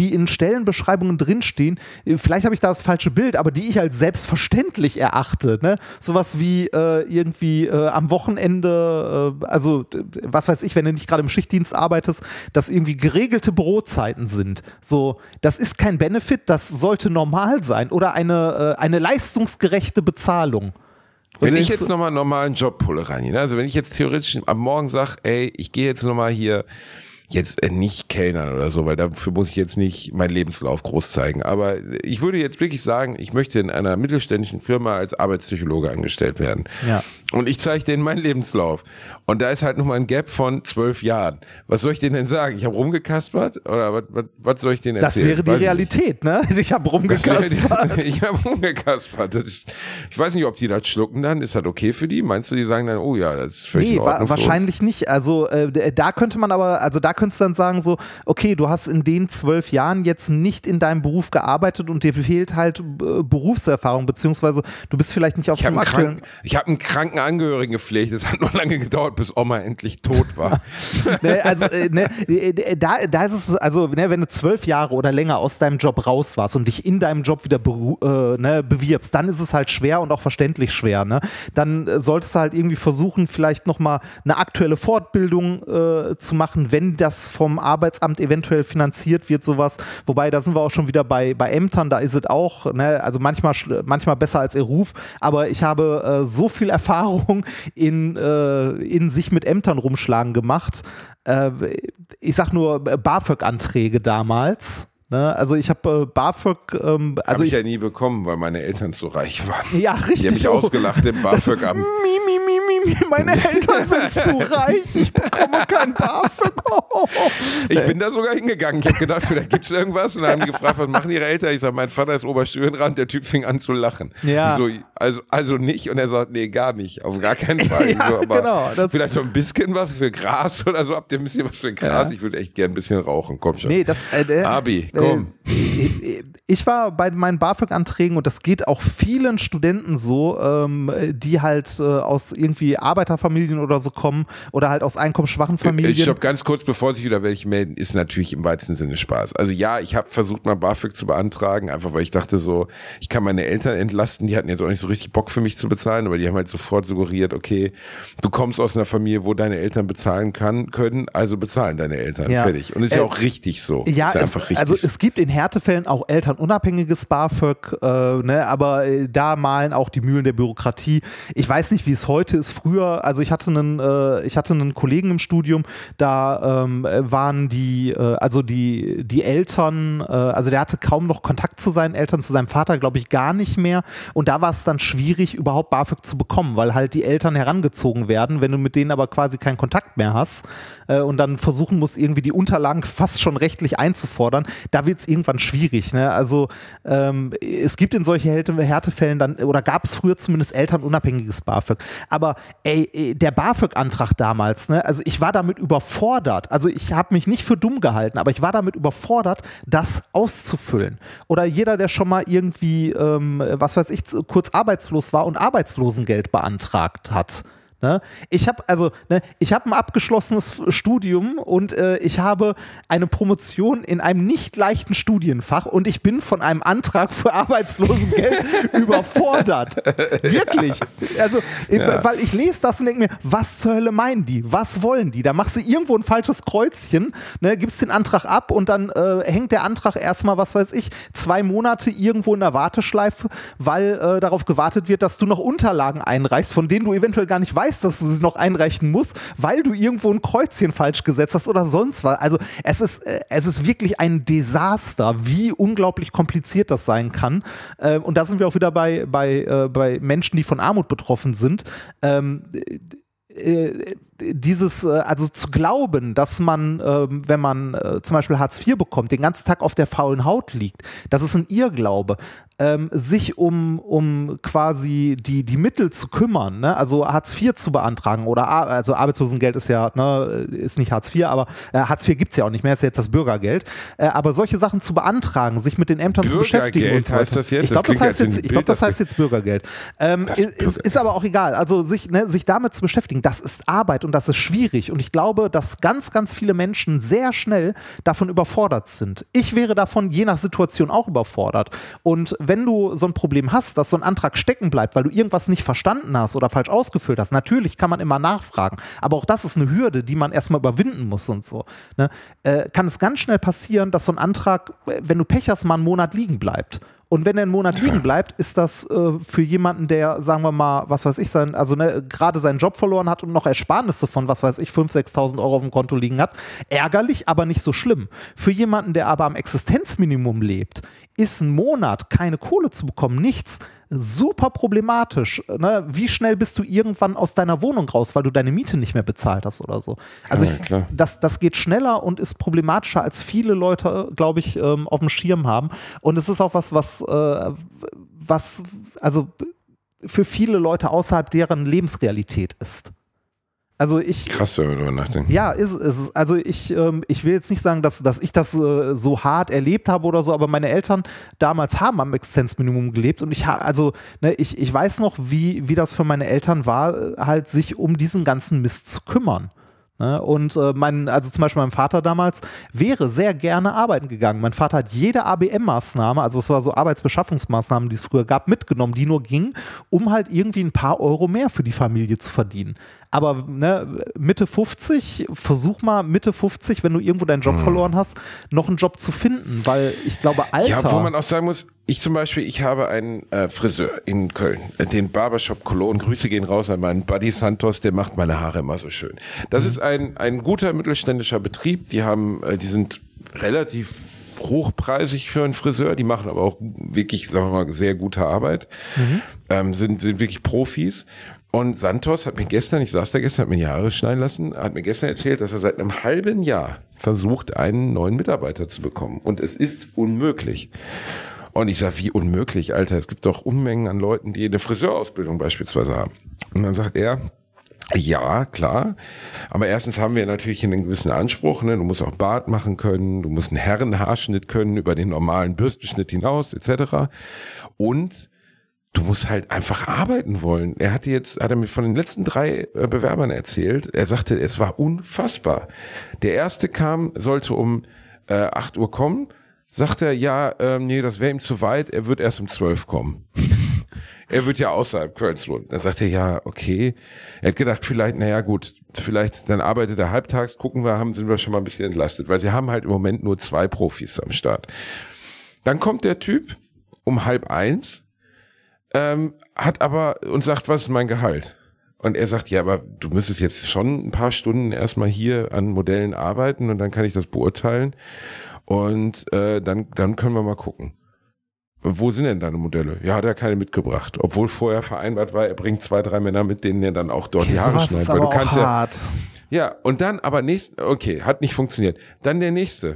die in Stellenbeschreibungen drinstehen, vielleicht habe ich da das falsche Bild, aber die ich als selbstverständlich erachte. Ne? Sowas wie äh, irgendwie äh, am Wochenende, äh, also was weiß ich, wenn du nicht gerade im Schichtdienst arbeitest, dass irgendwie geregelte Bürozeiten sind. So, das ist kein Benefit, das sollte normal sein. Oder eine, äh, eine leistungsgerechte Bezahlung. Wenn ich jetzt nochmal einen normalen Job pulle, Rani, ne? Also wenn ich jetzt theoretisch am Morgen sage, ey, ich gehe jetzt nochmal hier, jetzt äh, nicht Kellnern oder so, weil dafür muss ich jetzt nicht meinen Lebenslauf groß zeigen, aber ich würde jetzt wirklich sagen, ich möchte in einer mittelständischen Firma als Arbeitspsychologe angestellt werden. Ja. Und ich zeige denen meinen Lebenslauf. Und da ist halt nochmal ein Gap von zwölf Jahren. Was soll ich denen denn sagen? Ich habe rumgekaspert? Oder was, was, was soll ich denen erzählen? Das wäre die weiß Realität, ne? Ich habe rumgekaspert. Die, ich habe rumgekaspert. Das ist, ich weiß nicht, ob die das schlucken dann. Ist das okay für die? Meinst du, die sagen dann, oh ja, das ist völlig nee, in Ordnung wa- wahrscheinlich nicht. Also äh, da könnte man aber, also da könntest du dann sagen so, okay, du hast in den zwölf Jahren jetzt nicht in deinem Beruf gearbeitet und dir fehlt halt äh, Berufserfahrung, beziehungsweise du bist vielleicht nicht auf ich dem aktuellen... Krank, ich habe einen kranken Angehörigen gepflegt. Es hat nur lange gedauert, bis Oma endlich tot war. ne, also äh, ne, da, da ist es, also ne, wenn du zwölf Jahre oder länger aus deinem Job raus warst und dich in deinem Job wieder beru- äh, ne, bewirbst, dann ist es halt schwer und auch verständlich schwer. Ne? Dann äh, solltest du halt irgendwie versuchen, vielleicht nochmal eine aktuelle Fortbildung äh, zu machen, wenn das vom Arbeitsamt eventuell finanziert wird, sowas. Wobei, da sind wir auch schon wieder bei, bei Ämtern, da ist es auch, ne, also manchmal, manchmal besser als ihr Ruf, aber ich habe äh, so viel Erfahrung in, äh, in sich mit Ämtern rumschlagen gemacht. Äh, ich sag nur BAföG-Anträge damals. Ne? Also ich habe äh, BAföG... Ähm, also habe ich ich, ja nie bekommen, weil meine Eltern zu reich waren. Ja, richtig. Die haben mich oh. ausgelacht im BAföG-Amt. Mi, mi, mi, mi, mi, meine Eltern sind zu reich, ich bekomme kein BAföG. Oh. Ich bin da sogar hingegangen. Ich habe gedacht, vielleicht gibt es irgendwas. Und dann haben die gefragt, was machen ihre Eltern? Ich sage, mein Vater ist Oberstudienrat. Der Typ fing an zu lachen. Ja. Ich so, also, also nicht. Und er sagt, nee, gar nicht. Auf gar keinen Fall. Ja, so, aber genau, das vielleicht so ein bisschen was für Gras oder so. Habt ihr ein bisschen was für Gras? Ja. Ich würde echt gern ein bisschen rauchen. Komm schon. Nee, das, äh, äh, Abi, komm. Äh, ich war bei meinen BAföG-Anträgen und das geht auch vielen Studenten so, ähm, die halt äh, aus irgendwie Arbeiterfamilien oder so kommen oder halt aus einkommensschwachen Familien. Ich stopp ganz kurz, bevor sich wieder welche melden, ist natürlich im weitesten Sinne Spaß. Also ja, ich habe versucht mal BAföG zu beantragen, einfach weil ich dachte so, ich kann meine Eltern entlasten, die hatten jetzt auch nicht so richtig Bock für mich zu bezahlen, aber die haben halt sofort suggeriert, okay, du kommst aus einer Familie, wo deine Eltern bezahlen kann, können, also bezahlen deine Eltern, ja. fertig. Und ist äh, ja auch richtig so. Ja, ist ja es, einfach richtig also so. Es gibt in Härtefällen auch elternunabhängiges BAföG, äh, ne, aber äh, da malen auch die Mühlen der Bürokratie. Ich weiß nicht, wie es heute ist. Früher, also ich hatte einen, äh, ich hatte einen Kollegen im Studium, da ähm, waren die, äh, also die, die Eltern, äh, also der hatte kaum noch Kontakt zu seinen Eltern, zu seinem Vater, glaube ich, gar nicht mehr. Und da war es dann schwierig, überhaupt BAföG zu bekommen, weil halt die Eltern herangezogen werden, wenn du mit denen aber quasi keinen Kontakt mehr hast äh, und dann versuchen musst, irgendwie die Unterlagen fast schon rechtlich einzufordern, da wird es irgendwann schwierig. Ne? Also ähm, es gibt in solchen Härtefällen dann, oder gab es früher zumindest elternunabhängiges BAföG. Aber ey, der BAföG-Antrag damals, ne? Also ich war damit überfordert. Also ich habe mich nicht für dumm gehalten, aber ich war damit überfordert, das auszufüllen. Oder jeder, der schon mal irgendwie, ähm, was weiß ich, kurz arbeitslos war und Arbeitslosengeld beantragt hat. Ne? Ich habe also, ne, ich habe ein abgeschlossenes Studium und äh, ich habe eine Promotion in einem nicht leichten Studienfach und ich bin von einem Antrag für Arbeitslosengeld überfordert. Wirklich. Also, ja. Weil ich lese das und denke mir, was zur Hölle meinen die? Was wollen die? Da machst du irgendwo ein falsches Kreuzchen, ne, gibst den Antrag ab und dann äh, hängt der Antrag erstmal, was weiß ich, zwei Monate irgendwo in der Warteschleife, weil äh, darauf gewartet wird, dass du noch Unterlagen einreichst, von denen du eventuell gar nicht weißt, dass du sie noch einreichen musst, weil du irgendwo ein Kreuzchen falsch gesetzt hast oder sonst was. Also es ist, äh, es ist wirklich ein Desaster, wie unglaublich kompliziert das sein kann. Äh, und da sind wir auch wieder bei, bei, äh, bei Menschen, die von Armut betroffen sind. Ähm, äh, dieses, also zu glauben, dass man, äh, wenn man äh, zum Beispiel Hartz vier bekommt, den ganzen Tag auf der faulen Haut liegt, das ist ein Irrglaube. Ähm, sich um, um quasi die, die Mittel zu kümmern, ne? Also Hartz vier zu beantragen oder Ar- also Arbeitslosengeld ist ja, ne, ist nicht Hartz vier, aber äh, Hartz vier gibt es ja auch nicht mehr, ist ja jetzt das Bürgergeld. Äh, aber solche Sachen zu beantragen, sich mit den Ämtern zu beschäftigen und so heißt das jetzt? Ich glaube, das, heißt jetzt, ich glaub, das heißt jetzt Bürgergeld. Ähm, ist, ist aber auch egal. Also sich, ne, sich damit zu beschäftigen, das ist Arbeit und und das ist schwierig. Und ich glaube, dass ganz, ganz viele Menschen sehr schnell davon überfordert sind. Ich wäre davon je nach Situation auch überfordert. Und wenn du so ein Problem hast, dass so ein Antrag stecken bleibt, weil du irgendwas nicht verstanden hast oder falsch ausgefüllt hast, natürlich kann man immer nachfragen. Aber auch das ist eine Hürde, die man erstmal überwinden muss und so. Ne? Äh, kann es ganz schnell passieren, dass so ein Antrag, wenn du Pech hast, mal einen Monat liegen bleibt. Und wenn er einen Monat liegen bleibt, ist das äh, für jemanden, der, sagen wir mal, was weiß ich, sein, also ne, gerade seinen Job verloren hat und noch Ersparnisse von, was weiß ich, fünftausend, sechstausend Euro auf dem Konto liegen hat, ärgerlich, aber nicht so schlimm. Für jemanden, der aber am Existenzminimum lebt, ist ein Monat keine Kohle zu bekommen, nichts, super problematisch. Ne? Wie schnell bist du irgendwann aus deiner Wohnung raus, weil du deine Miete nicht mehr bezahlt hast oder so? Also ich, ja, das, das geht schneller und ist problematischer, als viele Leute, glaube ich, ähm, auf dem Schirm haben. Und es ist auch was, was, äh, was also für viele Leute außerhalb deren Lebensrealität ist. Also ich, Krass, wenn wir darüber nachdenken. Ja, ist es. Also ich, ähm, ich will jetzt nicht sagen, dass, dass ich das äh, so hart erlebt habe oder so, aber meine Eltern damals haben am Existenzminimum gelebt und ich, ha- also, ne, ich, ich weiß noch, wie, wie das für meine Eltern war, halt sich um diesen ganzen Mist zu kümmern. Ne? Und äh, mein, also zum Beispiel mein Vater damals wäre sehr gerne arbeiten gegangen. Mein Vater hat jede A B M-Maßnahme, also es war so Arbeitsbeschaffungsmaßnahmen, die es früher gab, mitgenommen, die nur gingen, um halt irgendwie ein paar Euro mehr für die Familie zu verdienen. Aber ne, Mitte fünfzig, versuch mal Mitte fünfzig, wenn du irgendwo deinen Job hm. verloren hast, noch einen Job zu finden, weil ich glaube, Alter... Ja, wo man auch sagen muss, ich zum Beispiel, ich habe einen äh, Friseur in Köln, den Barbershop Cologne, Grüße gehen raus an meinen Buddy Santos, der macht meine Haare immer so schön. Das mhm. ist ein, ein guter mittelständischer Betrieb, die haben, äh, die sind relativ hochpreisig für einen Friseur, die machen aber auch wirklich, sagen wir mal, sehr gute Arbeit, mhm. ähm, sind, sind wirklich Profis. Und Santos hat mir gestern, ich saß da gestern, hat mir die Haare schneiden lassen, hat mir gestern erzählt, dass er seit einem halben Jahr versucht, einen neuen Mitarbeiter zu bekommen. Und es ist unmöglich. Und ich sage, wie unmöglich, Alter? Es gibt doch Unmengen an Leuten, die eine Friseurausbildung beispielsweise haben. Und dann sagt er, ja, klar, aber erstens haben wir natürlich einen gewissen Anspruch, ne? Du musst auch Bart machen können, du musst einen Herrenhaarschnitt können, über den normalen Bürstenschnitt hinaus, et cetera. Und du musst halt einfach arbeiten wollen. Er hatte jetzt, hat er mir von den letzten drei äh, Bewerbern erzählt, er sagte, es war unfassbar. Der erste kam, sollte um äh, acht Uhr kommen, sagt er, ja, ähm, nee, das wäre ihm zu weit, er wird erst um zwölf kommen. Er wird ja außerhalb Kölns wohnen. Dann sagt er, ja, okay. Er hat gedacht, vielleicht, naja gut, vielleicht, dann arbeitet er halbtags, gucken wir, haben, sind wir schon mal ein bisschen entlastet, weil sie haben halt im Moment nur zwei Profis am Start. Dann kommt der Typ um halb eins, ähm, hat aber, und sagt, was ist mein Gehalt? Und er sagt, ja, aber du müsstest jetzt schon ein paar Stunden erstmal hier an Modellen arbeiten und dann kann ich das beurteilen und äh, dann, dann können wir mal gucken. Wo sind denn deine Modelle? Ja, hat er keine mitgebracht. Obwohl vorher vereinbart war, er bringt zwei, drei Männer mit, denen er dann auch dort die Haare schneidet. Weil du kannst ja, hart. ja, und dann aber nächst, okay, hat nicht funktioniert. Dann der nächste.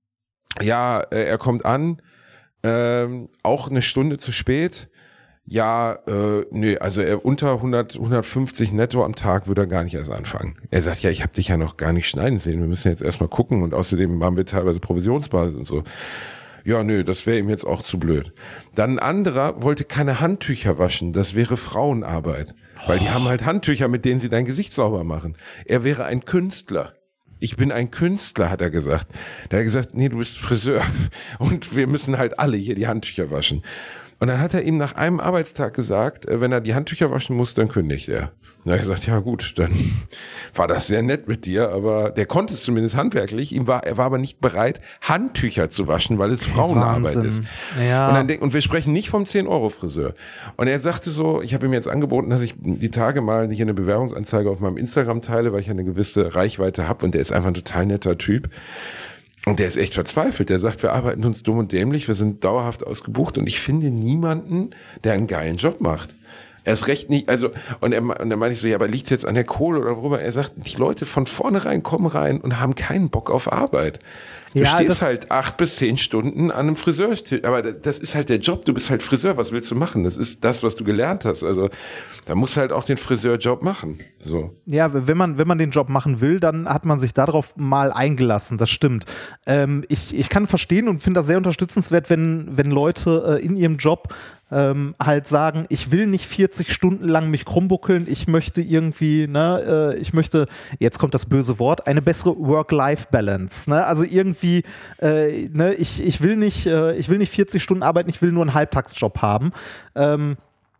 Ja, äh, er kommt an, ähm, auch eine Stunde zu spät. Ja, äh, nö, also er unter hundert, hundertfünfzig netto am Tag würde er gar nicht erst anfangen. Er sagt, ja, ich habe dich ja noch gar nicht schneiden sehen. Wir müssen jetzt erstmal gucken und außerdem haben wir teilweise Provisionsbasis und so. Ja, nö, das wäre ihm jetzt auch zu blöd. Dann ein anderer wollte keine Handtücher waschen. Das wäre Frauenarbeit. Weil die haben halt Handtücher, mit denen sie dein Gesicht sauber machen. Er wäre ein Künstler. Ich bin ein Künstler, hat er gesagt. Da hat er gesagt, nee, du bist Friseur. Und wir müssen halt alle hier die Handtücher waschen. Und dann hat er ihm nach einem Arbeitstag gesagt, wenn er die Handtücher waschen muss, dann kündigt er. Und er hat gesagt, ja gut, dann war das sehr nett mit dir, aber der konnte es zumindest handwerklich. Ihm war, er war aber nicht bereit, Handtücher zu waschen, weil es Frauenarbeit Wahnsinn. ist. Ja. Und, dann denk, und wir sprechen nicht vom zehn Euro Friseur. Und er sagte so, ich habe ihm jetzt angeboten, dass ich die Tage mal nicht eine Bewerbungsanzeige auf meinem Instagram teile, weil ich eine gewisse Reichweite habe und der ist einfach ein total netter Typ. Und der ist echt verzweifelt. Der sagt, wir arbeiten uns dumm und dämlich, wir sind dauerhaft ausgebucht und ich finde niemanden, der einen geilen Job macht. Er ist recht nicht, also, und er, und dann meine ich so, ja, aber liegt's jetzt an der Kohle oder worüber? Er sagt, die Leute von vornherein kommen rein und haben keinen Bock auf Arbeit. Du ja, stehst halt acht bis zehn Stunden an einem Friseurstisch, aber das ist halt der Job, du bist halt Friseur, was willst du machen? Das ist das, was du gelernt hast, also da musst du halt auch den Friseurjob machen, so. Ja, wenn man, wenn man den Job machen will, dann hat man sich darauf mal eingelassen, das stimmt. Ähm, ich, ich kann verstehen und finde das sehr unterstützenswert, wenn, wenn Leute äh, in ihrem Job ähm, halt sagen, ich will nicht vierzig Stunden lang mich krummbuckeln, ich möchte irgendwie, ne, äh, ich möchte, jetzt kommt das böse Wort, eine bessere Work-Life-Balance, ne? Also irgendwie, äh, ne, ich, ich will nicht, äh, ich will nicht vierzig Stunden arbeiten, ich will nur einen Halbtagsjob haben. Ähm,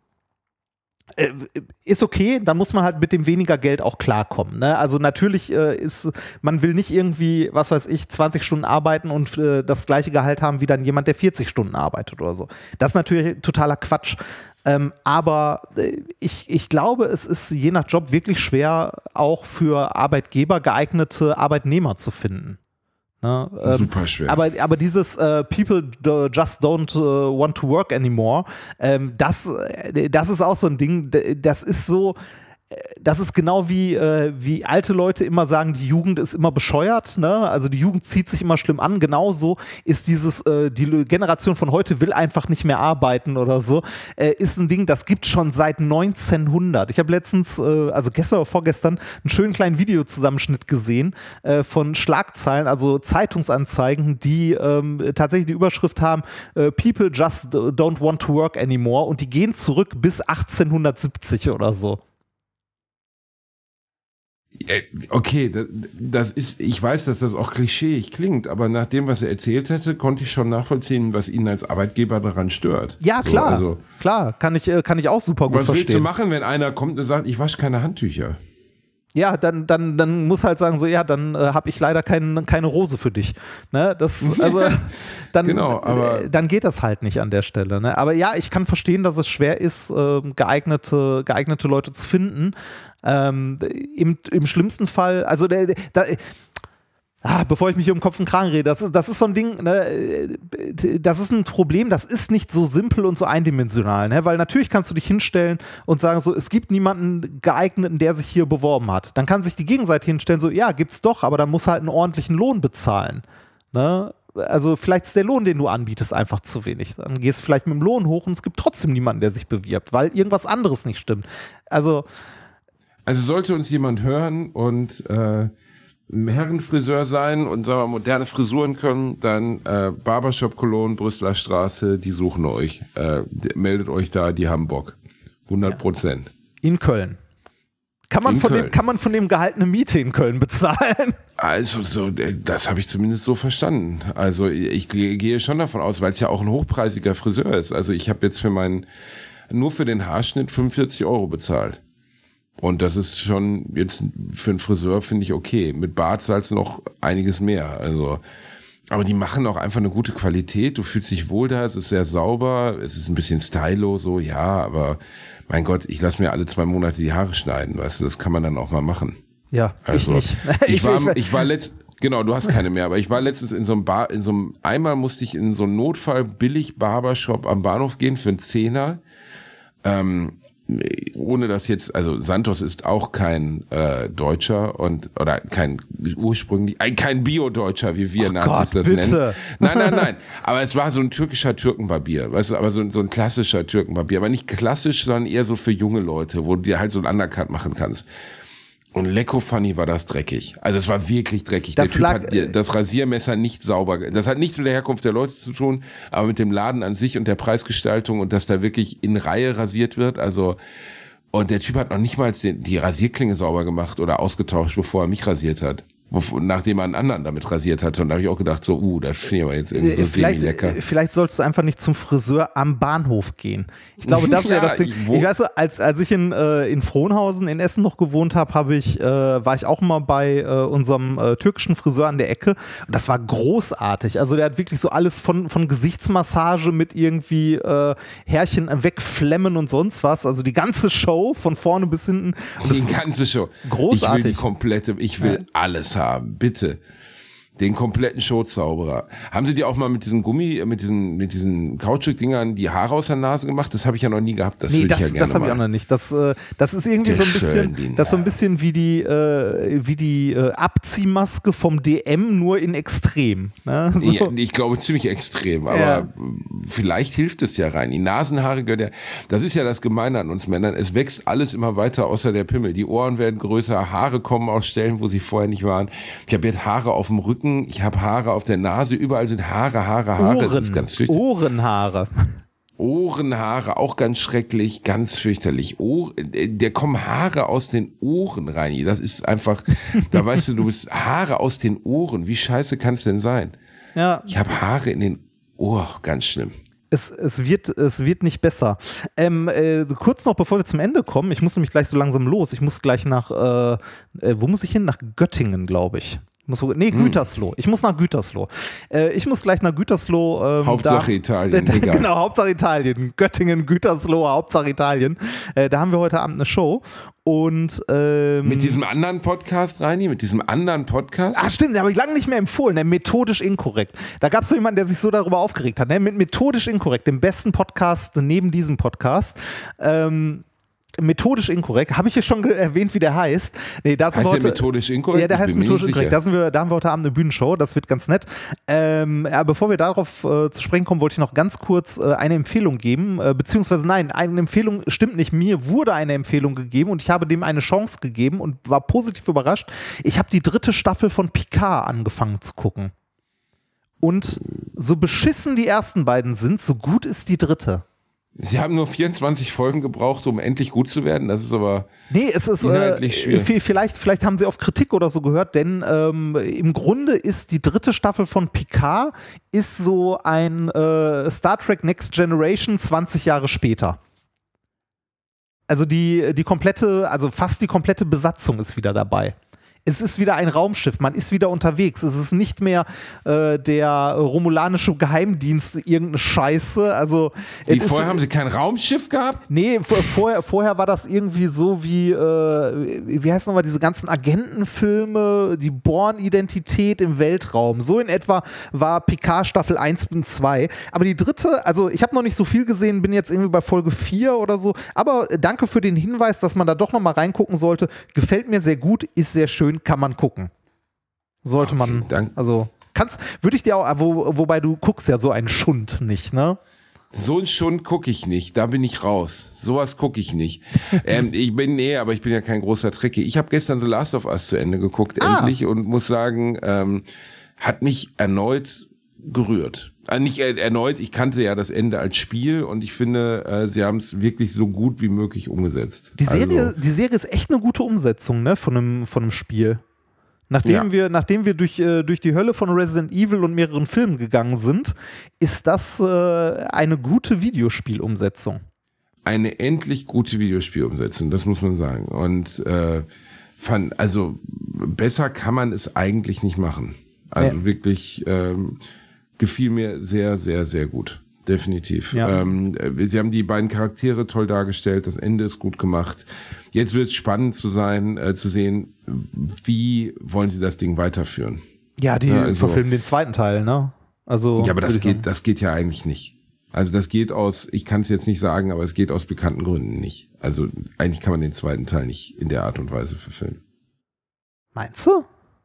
Ist okay, dann muss man halt mit dem weniger Geld auch klarkommen. Ne? Also natürlich äh, ist, man will nicht irgendwie, was weiß ich, zwanzig Stunden arbeiten und äh, das gleiche Gehalt haben wie dann jemand, der vierzig Stunden arbeitet oder so. Das ist natürlich totaler Quatsch. Ähm, aber äh, ich, ich glaube, es ist je nach Job wirklich schwer, auch für Arbeitgeber geeignete Arbeitnehmer zu finden. Ne? Ähm, Super schwer. Aber, aber dieses äh, People do, just don't uh, want to work anymore, ähm, das, das ist auch so ein Ding, das ist so, das ist genau wie, äh, wie alte Leute immer sagen, die Jugend ist immer bescheuert, ne? Also die Jugend zieht sich immer schlimm an. Genauso ist dieses, äh, die Generation von heute will einfach nicht mehr arbeiten oder so, äh, ist ein Ding, das gibt schon seit neunzehnhundert. Ich habe letztens, äh, also gestern oder vorgestern, einen schönen kleinen Videozusammenschnitt gesehen äh, von Schlagzeilen, also Zeitungsanzeigen, die ähm, tatsächlich die Überschrift haben, äh, People just don't want to work anymore, und die gehen zurück bis achtzehnhundertsiebzig oder so. Okay, das, das ist, ich weiß, dass das auch klischeeig klingt, aber nach dem, was er erzählt hätte, konnte ich schon nachvollziehen, was ihn als Arbeitgeber daran stört. Ja, klar, so, also, klar, kann ich, kann ich auch super gut was verstehen. willst du machen, wenn einer kommt und sagt, ich wasche keine Handtücher? Ja, dann, dann, dann muss halt sagen, so, ja, dann äh, habe ich leider kein, keine Rose für dich. Ne? Das, also, dann, genau, aber äh, dann geht das halt nicht an der Stelle. Ne? Aber ja, ich kann verstehen, dass es schwer ist, äh, geeignete, geeignete Leute zu finden. Ähm, im, Im schlimmsten Fall, also der, der, Ah, bevor ich mich hier um Kopf und Kragen rede, das ist, das ist so ein Ding, ne, das ist ein Problem, das ist nicht so simpel und so eindimensional, ne, weil natürlich kannst du dich hinstellen und sagen so, es gibt niemanden geeigneten, der sich hier beworben hat. Dann kann sich die Gegenseite hinstellen, so, ja, gibt's doch, aber dann muss halt einen ordentlichen Lohn bezahlen, ne. Also vielleicht ist der Lohn, den du anbietest, einfach zu wenig. Dann gehst du vielleicht mit dem Lohn hoch und es gibt trotzdem niemanden, der sich bewirbt, weil irgendwas anderes nicht stimmt. Also Also sollte uns jemand hören und äh, Herrenfriseur sein und sagen wir, moderne Frisuren können, dann äh, Barbershop Cologne, Brüsseler Straße, die suchen euch. Äh, meldet euch da, die haben Bock. hundert Prozent. In Köln. Kann man, in von Köln. Dem, kann man von dem Gehalt eine Miete in Köln bezahlen? Also so, das habe ich zumindest so verstanden. Also ich gehe schon davon aus, weil es ja auch ein hochpreisiger Friseur ist. Also ich habe jetzt für meinen, nur für den Haarschnitt fünfundvierzig Euro bezahlt. Und das ist schon jetzt für einen Friseur, finde ich, okay. Mit Bart zahlst du noch einiges mehr. Also, aber die machen auch einfach eine gute Qualität. Du fühlst dich wohl da, es ist sehr sauber, es ist ein bisschen stylo, so, ja, aber mein Gott, ich lasse mir alle zwei Monate die Haare schneiden, weißt du, das kann man dann auch mal machen. Ja, also, ich nicht. ich war, ich war letzt, genau, du hast keine mehr, aber ich war letztens in so einem Bar, in so einem, einmal musste ich in so einen Notfall-Billig-Barbershop am Bahnhof gehen für einen Zehner, ähm, ohne dass jetzt, also Santos ist auch kein äh, Deutscher und oder kein ursprünglich, ein, kein Bio-Deutscher, wie wir Ach Nazis Gott, das bitte. nennen. Nein, nein, nein. Aber es war so ein türkischer Türkenbarbier, weißt du, aber so, so ein klassischer Türkenbarbier, aber nicht klassisch, sondern eher so für junge Leute, wo du dir halt so einen Undercut machen kannst. Und lecko funny war das dreckig. Also es war wirklich dreckig. Das der Typ lag, hat das Rasiermesser nicht sauber. Das hat nichts mit der Herkunft der Leute zu tun, aber mit dem Laden an sich und der Preisgestaltung und dass da wirklich in Reihe rasiert wird. Also und der Typ hat noch nicht mal den, die Rasierklinge sauber gemacht oder ausgetauscht, bevor er mich rasiert hat. Nachdem er einen anderen damit rasiert hatte. Und da habe ich auch gedacht, so, uh, das finde ich aber jetzt irgendwie so vielleicht, semi-lecker. Vielleicht sollst du einfach nicht zum Friseur am Bahnhof gehen. Ich glaube, das ist ja, ja das Ding. Ich, ich weiß, als, als ich in, äh, in Frohnhausen in Essen noch gewohnt habe, hab ich, äh, war ich auch mal bei äh, unserem äh, türkischen Friseur an der Ecke. Und das war großartig. Also der hat wirklich so alles von, von Gesichtsmassage mit irgendwie äh, Härchen wegflemmen und sonst was. Also die ganze Show von vorne bis hinten. Die ganze Show. Großartig. Ich will die komplette, ich will ja. alles haben. Haben, bitte. Den kompletten Showzauberer. Haben Sie dir auch mal mit diesen Gummi, mit diesen, mit diesen Kautschuk-Dingern die Haare aus der Nase gemacht? Das habe ich ja noch nie gehabt. Das nee, würde das, ich ja gerne das habe ich auch noch nicht. Das, äh, das ist irgendwie Der so ein bisschen, schön, das ist so ein bisschen wie die, äh, wie die äh, Abziehmaske vom D M, nur in extrem. Ne? So. Ja, ich glaube ziemlich extrem, aber ja. vielleicht hilft es ja rein. Die Nasenhaare gehören ja, das ist ja das Gemeine an uns Männern. Es wächst alles immer weiter außer der Pimmel. Die Ohren werden größer, Haare kommen aus Stellen, wo sie vorher nicht waren. Ich habe jetzt Haare auf dem Rücken, ich habe Haare auf der Nase, überall sind Haare, Haare, Haare. Ohren, das ist ganz fürchterlich. Ohrenhaare. Ohrenhaare, auch ganz schrecklich, ganz fürchterlich. Ohr, der kommen Haare aus den Ohren rein. Das ist einfach, da weißt du, du bist Haare aus den Ohren. Wie scheiße kann es denn sein? Ja. Ich habe Haare in den Ohren, ganz schlimm. Es, es, wird, es wird nicht besser. Ähm, äh, kurz noch, bevor wir zum Ende kommen, ich muss nämlich gleich so langsam los. Ich muss gleich nach, äh, äh, wo muss ich hin? Nach Göttingen, glaube ich. Muss, nee, Gütersloh. Ich muss nach Gütersloh. Äh, ich muss gleich nach Gütersloh. Ähm, Hauptsache da, Italien. Da, genau, Hauptsache Italien. Göttingen, Gütersloh, Hauptsache Italien. Äh, da haben wir heute Abend eine Show. Und ähm, mit diesem anderen Podcast, Reini? Mit diesem anderen Podcast? Ah, stimmt, den habe ich lange nicht mehr empfohlen. Ne? Methodisch inkorrekt. Da gab es so jemanden, der sich so darüber aufgeregt hat. Ne? Mit Methodisch inkorrekt, dem besten Podcast neben diesem Podcast. Ähm, Methodisch inkorrekt. Habe ich hier schon erwähnt, wie der heißt? Nee, da sind heißt wir heute, der methodisch inkorrekt? Ja, der heißt methodisch inkorrekt. Da, sind wir, da haben wir heute Abend eine Bühnenshow. Das wird ganz nett. Ähm, ja, bevor wir darauf äh, zu sprechen kommen, wollte ich noch ganz kurz äh, eine Empfehlung geben. Äh, beziehungsweise nein, eine Empfehlung stimmt nicht. Mir wurde eine Empfehlung gegeben und ich habe dem eine Chance gegeben und war positiv überrascht. Ich habe die dritte Staffel von Picard angefangen zu gucken. Und so beschissen die ersten beiden sind, so gut ist die dritte. Sie haben nur vierundzwanzig Folgen gebraucht, um endlich gut zu werden. Das ist aber nee, es ist inhaltlich äh, schwierig. Vielleicht, vielleicht haben Sie auf Kritik oder so gehört, denn ähm, im Grunde ist die dritte Staffel von Picard ist so ein äh, Star Trek Next Generation zwanzig Jahre später. Also die, die komplette, also fast die komplette Besatzung ist wieder dabei. Es ist wieder ein Raumschiff, man ist wieder unterwegs. Es ist nicht mehr äh, der romulanische Geheimdienst, irgendeine Scheiße. Also, wie, vorher haben sie kein Raumschiff gehabt? Nee, vorher, vorher war das irgendwie so wie, äh, wie heißt nochmal, diese ganzen Agentenfilme, die Bourne-Identität im Weltraum. So in etwa war Picard Staffel eins und zwei. Aber die dritte, also ich habe noch nicht so viel gesehen, bin jetzt irgendwie bei Folge vier oder so. Aber danke für den Hinweis, dass man da doch nochmal reingucken sollte. Gefällt mir sehr gut, ist sehr schön. Kann man gucken. Sollte okay, man. Dank. Also, kannst, würde ich dir auch, wo, wobei du guckst ja so einen Schund nicht, ne? So einen Schund gucke ich nicht, da bin ich raus. Sowas gucke ich nicht. ähm, ich bin, nee, aber ich bin ja kein großer Trekkie. Ich habe gestern The Last of Us zu Ende geguckt, ah. endlich, und muss sagen, ähm, hat mich erneut gerührt. Äh, nicht äh, erneut, ich kannte ja das Ende als Spiel und ich finde, äh, sie haben es wirklich so gut wie möglich umgesetzt. Die Serie, also, die Serie ist echt eine gute Umsetzung, ne, von einem, von einem Spiel. Nachdem ja. wir, nachdem wir durch, äh, durch die Hölle von Resident Evil und mehreren Filmen gegangen sind, ist das äh, eine gute Videospielumsetzung. Eine endlich gute Videospielumsetzung, das muss man sagen. Und äh, fand, also besser kann man es eigentlich nicht machen. Also ja. wirklich ähm, gefiel mir sehr, sehr, sehr gut. Definitiv. Ja. Ähm, sie haben die beiden Charaktere toll dargestellt, das Ende ist gut gemacht. Jetzt wird es spannend zu sein, äh, zu sehen, wie wollen sie das Ding weiterführen. Ja, die ja, also, verfilmen den zweiten Teil, ne? Also, ja, aber das geht, das geht ja eigentlich nicht. Also das geht aus, ich kann es jetzt nicht sagen, aber es geht aus bekannten Gründen nicht. Also eigentlich kann man den zweiten Teil nicht in der Art und Weise verfilmen. Meinst du?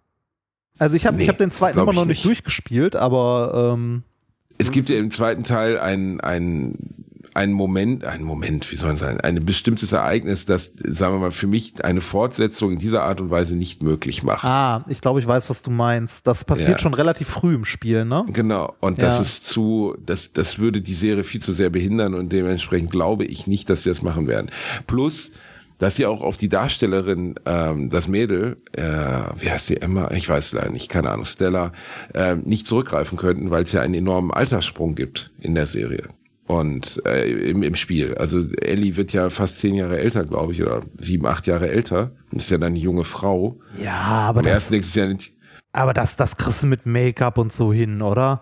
Also ich habe nee, ich hab den zweiten immer noch nicht durchgespielt, aber ähm es gibt ja im zweiten Teil ein, ein, ein Moment, ein Moment, wie soll man sagen, ein bestimmtes Ereignis, das, sagen wir mal, für mich eine Fortsetzung in dieser Art und Weise nicht möglich macht. Ah, ich glaube, ich weiß, was du meinst. Das passiert ja. schon relativ früh im Spiel, ne? Genau, und ja. das ist zu, das, das würde die Serie viel zu sehr behindern und dementsprechend glaube ich nicht, dass sie das machen werden. Plus, dass sie auch auf die Darstellerin, ähm, das Mädel, äh, wie heißt die, Emma, ich weiß leider nicht, keine Ahnung, Stella, äh, nicht zurückgreifen könnten, weil es ja einen enormen Alterssprung gibt in der Serie und äh, im, im Spiel. Also Ellie wird ja fast zehn Jahre älter, glaube ich, oder sieben, acht Jahre älter. Das ist ja dann eine junge Frau. Ja, aber das, ist ja nicht, aber das, das kriegst du mit Make-up und so hin, oder?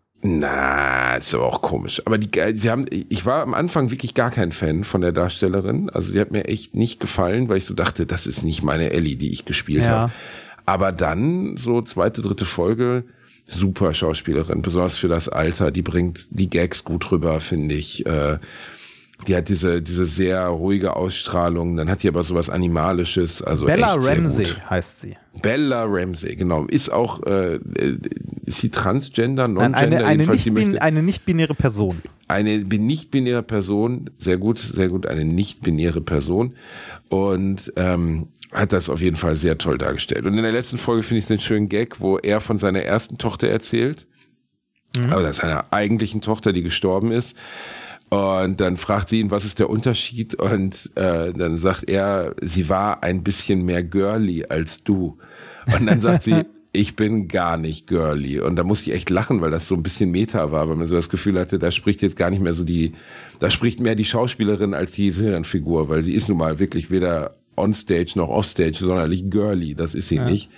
Na, ist aber auch komisch. Aber die, sie haben, ich war am Anfang wirklich gar kein Fan von der Darstellerin. Also sie hat mir echt nicht gefallen, weil ich so dachte, das ist nicht meine Ellie, die ich gespielt ja. habe. Aber dann, so zweite, dritte Folge, super Schauspielerin, besonders für das Alter. Die bringt die Gags gut rüber, finde ich. Die hat diese, diese sehr ruhige Ausstrahlung. Dann hat die aber sowas Animalisches. Also Bella echt Ramsey sehr gut. heißt sie. Bella Ramsey, genau. Ist auch, äh, ist sie Transgender, Non-Gender? Eine, eine, nicht bin, eine nicht-binäre Person. Eine nicht-binäre Person, sehr gut, sehr gut, eine nicht-binäre Person. Und ähm, hat das auf jeden Fall sehr toll dargestellt. Und in der letzten Folge finde ich es einen schönen Gag, wo er von seiner ersten Tochter erzählt. Mhm. Also seiner eigentlichen Tochter, die gestorben ist. Und dann fragt sie ihn, was ist der Unterschied? Und äh, dann sagt er, sie war ein bisschen mehr girly als du. Und dann sagt sie, ich bin gar nicht girly. Und da musste ich echt lachen, weil das so ein bisschen Meta war, weil man so das Gefühl hatte, da spricht jetzt gar nicht mehr so die, da spricht mehr die Schauspielerin als die Serienfigur, weil sie ist nun mal wirklich weder onstage noch offstage sonderlich girly. Das ist sie ja. nicht.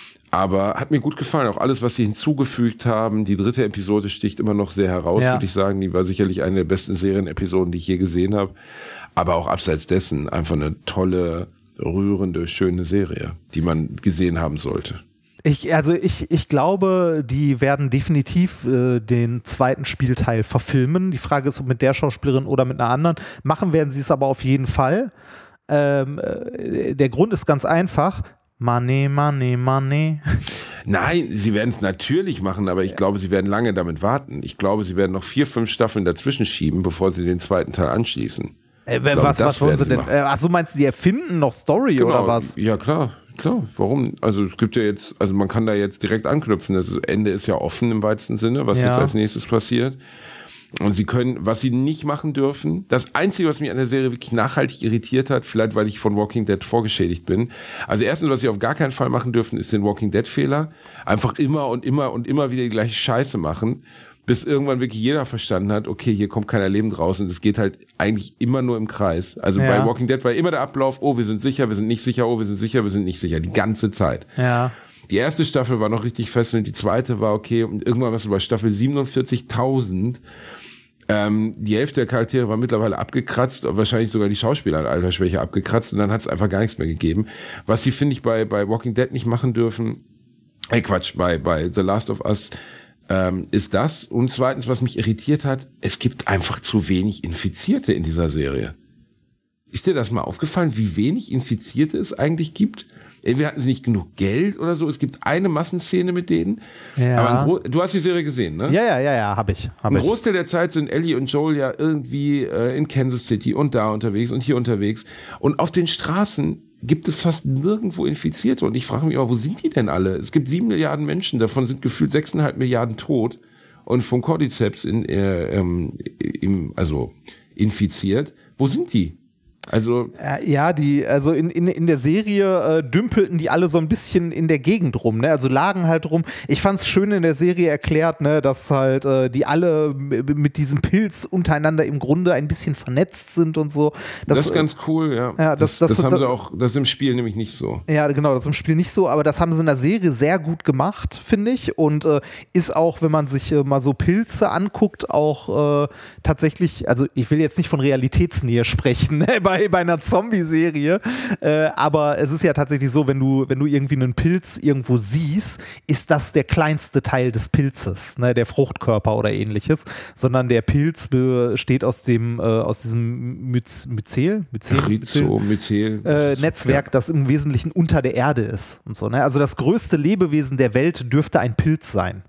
Aber hat mir gut gefallen, auch alles, was sie hinzugefügt haben. Die dritte Episode sticht immer noch sehr heraus, ja. würde ich sagen. Die war sicherlich eine der besten Serienepisoden, die ich je gesehen habe. Aber auch abseits dessen einfach eine tolle, rührende, schöne Serie, die man gesehen haben sollte. Ich, also ich, ich glaube, die werden definitiv äh, den zweiten Spielteil verfilmen. Die Frage ist, ob mit der Schauspielerin oder mit einer anderen. Machen werden sie es aber auf jeden Fall. Ähm, äh, der Grund ist ganz einfach. Money, money, money. Nein, sie werden es natürlich machen, aber ich glaube, sie werden lange damit warten. Ich glaube, sie werden noch vier, fünf Staffeln dazwischen schieben, bevor sie den zweiten Teil anschließen. Äh, glaube, was was wollen sie denn? Äh, ach so, meinst du, die erfinden noch Story genau. oder was? Ja, klar. Klar, warum? Also es gibt ja jetzt, also man kann da jetzt direkt anknüpfen. Das Ende ist ja offen im weitesten Sinne, was ja. jetzt als nächstes passiert. Und sie können, was sie nicht machen dürfen, das Einzige, was mich an der Serie wirklich nachhaltig irritiert hat, vielleicht weil ich von Walking Dead vorgeschädigt bin. Also erstens, was sie auf gar keinen Fall machen dürfen, ist den Walking Dead Fehler. Einfach immer und immer und immer wieder die gleiche Scheiße machen, bis irgendwann wirklich jeder verstanden hat, okay, hier kommt keiner lebend raus und es geht halt eigentlich immer nur im Kreis. Also ja. bei Walking Dead war immer der Ablauf, oh, wir sind sicher, wir sind nicht sicher, oh, wir sind sicher, wir sind nicht sicher, die ganze Zeit. Ja. Die erste Staffel war noch richtig fesselnd, die zweite war okay und irgendwann was über Staffel siebenundvierzigtausend. Ähm, die Hälfte der Charaktere war mittlerweile abgekratzt, wahrscheinlich sogar die Schauspieler an Altersschwäche abgekratzt und dann hat es einfach gar nichts mehr gegeben. Was sie, finde ich, bei, bei Walking Dead nicht machen dürfen, äh Quatsch, bei, bei The Last of Us, ähm, ist das. Und zweitens, was mich irritiert hat, es gibt einfach zu wenig Infizierte in dieser Serie. Ist dir das mal aufgefallen, wie wenig Infizierte es eigentlich gibt? Entweder hatten sie nicht genug Geld oder so. Es gibt eine Massenszene mit denen. Ja. Aber ein du hast die Serie gesehen, ne? Ja, ja, ja, ja, hab ich. Hab ein ich. Großteil der Zeit sind Ellie und Joel ja irgendwie äh, in Kansas City und da unterwegs und hier unterwegs. Und auf den Straßen gibt es fast nirgendwo Infizierte. Und ich frage mich immer, wo sind die denn alle? Es gibt sieben Milliarden Menschen, davon sind gefühlt sechseinhalb Milliarden tot und vom Cordyceps in, äh, ähm, im, also infiziert. Wo sind die? Also ja, die, also in, in, in der Serie äh, dümpelten die alle so ein bisschen in der Gegend rum, ne? Also lagen halt rum. Ich fand's schön in der Serie erklärt, ne, dass halt äh, die alle mit diesem Pilz untereinander im Grunde ein bisschen vernetzt sind und so. Das, das ist ganz cool, ja. ja das, das, das, das haben das, sie auch, das ist im Spiel nämlich nicht so. Ja, genau, das ist im Spiel nicht so, aber das haben sie in der Serie sehr gut gemacht, finde ich. Und äh, ist auch, wenn man sich äh, mal so Pilze anguckt, auch äh, tatsächlich, also ich will jetzt nicht von Realitätsnähe sprechen, ne? Bei, bei einer Zombie-Serie, äh, aber es ist ja tatsächlich so, wenn du, wenn du irgendwie einen Pilz irgendwo siehst, ist das der kleinste Teil des Pilzes, ne? Der Fruchtkörper oder ähnliches, sondern der Pilz besteht aus dem, äh, aus diesem Myz- Myzel, Myzel, Rhizo, Myzel, äh, Netzwerk, ja. das im Wesentlichen unter der Erde ist und so, ne? Also das größte Lebewesen der Welt dürfte ein Pilz sein.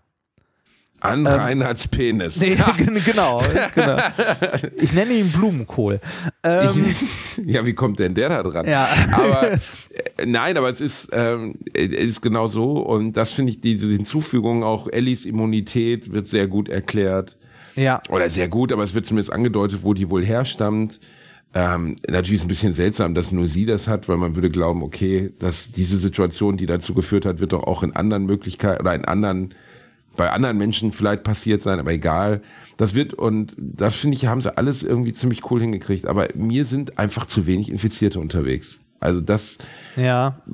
An ähm, Reinhards Penis. Nee, genau, genau. Ich nenne ihn Blumenkohl. Ähm, ich, ja, wie kommt denn der da dran? Ja. Aber äh, nein, aber es ist, ähm, es ist genau so und das finde ich, diese Hinzufügung, auch Ellies Immunität wird sehr gut erklärt. Ja. Oder sehr gut, aber es wird zumindest angedeutet, wo die wohl herstammt. Ähm, natürlich ist es ein bisschen seltsam, dass nur sie das hat, weil man würde glauben, okay, dass diese Situation, die dazu geführt hat, wird doch auch in anderen Möglichkeiten oder in anderen bei anderen Menschen vielleicht passiert sein, aber egal. Das wird, und das finde ich, haben sie alles irgendwie ziemlich cool hingekriegt, aber mir sind einfach zu wenig Infizierte unterwegs. Also das ja.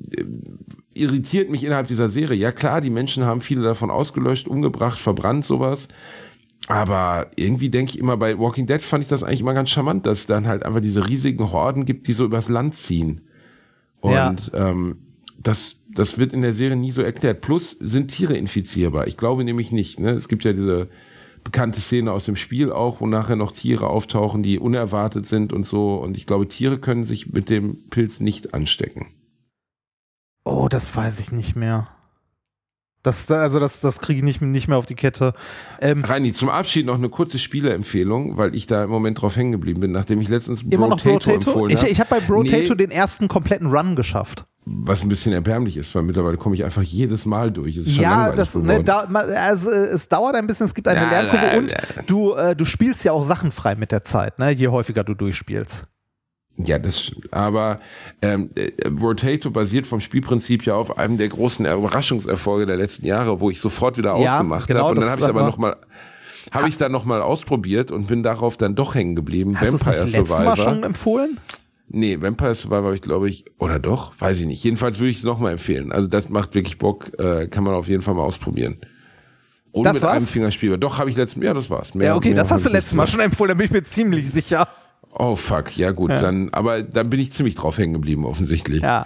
irritiert mich innerhalb dieser Serie. Ja klar, die Menschen haben viele davon ausgelöscht, umgebracht, verbrannt, sowas. Aber irgendwie denke ich immer, bei Walking Dead fand ich das eigentlich immer ganz charmant, dass es dann halt einfach diese riesigen Horden gibt, die so übers Land ziehen. Und ja. ähm, das, das wird in der Serie nie so erklärt. Plus sind Tiere infizierbar. Ich glaube nämlich nicht. Ne? Es gibt ja diese bekannte Szene aus dem Spiel auch, wo nachher noch Tiere auftauchen, die unerwartet sind und so. Und ich glaube, Tiere können sich mit dem Pilz nicht anstecken. Oh, das weiß ich nicht mehr. Das, also das, das kriege ich nicht, nicht mehr auf die Kette. Ähm, Reini, zum Abschied noch eine kurze Spieleempfehlung, weil ich da im Moment drauf hängen geblieben bin, nachdem ich letztens Immer Bro noch Tato Bro Tato? empfohlen Ich, habe. ich habe bei Bro nee. Tato den ersten kompletten Run geschafft. was ein bisschen erbärmlich ist, weil mittlerweile komme ich einfach jedes Mal durch. Es ist schon ja, langweilig das, ne, da, also, es dauert ein bisschen, es gibt eine ja, Lernkurve ja, und ja. du, äh, du spielst ja auch Sachen frei mit der Zeit, ne, je häufiger du durchspielst. Ja, das stimmt. Aber ähm, äh, Rotato basiert vom Spielprinzip ja auf einem der großen Überraschungserfolge der letzten Jahre, wo ich sofort wieder Ja, ausgemacht genau, habe. Und dann das habe ich es aber- aber nochmal habe ich es dann nochmal ausprobiert und bin darauf dann doch hängen geblieben. Hast du es Vampire nicht letztes Mal Survivor. schon empfohlen? Nee, Vampire Survivor habe ich, glaube ich, oder doch? Weiß ich nicht. Jedenfalls würde ich es nochmal empfehlen. Also das macht wirklich Bock, äh, kann man auf jeden Fall mal ausprobieren. Und Das mit war's? einem Fingerspiel. Doch, habe ich letztes Mal, ja, das war's. Mehr, Ja, okay, mehr das hab hast du ich letztes nicht Mal gemacht. schon empfohlen, da bin ich mir ziemlich sicher. Oh fuck, ja gut, Ja. dann, aber dann bin ich ziemlich drauf hängen geblieben, offensichtlich. Ja.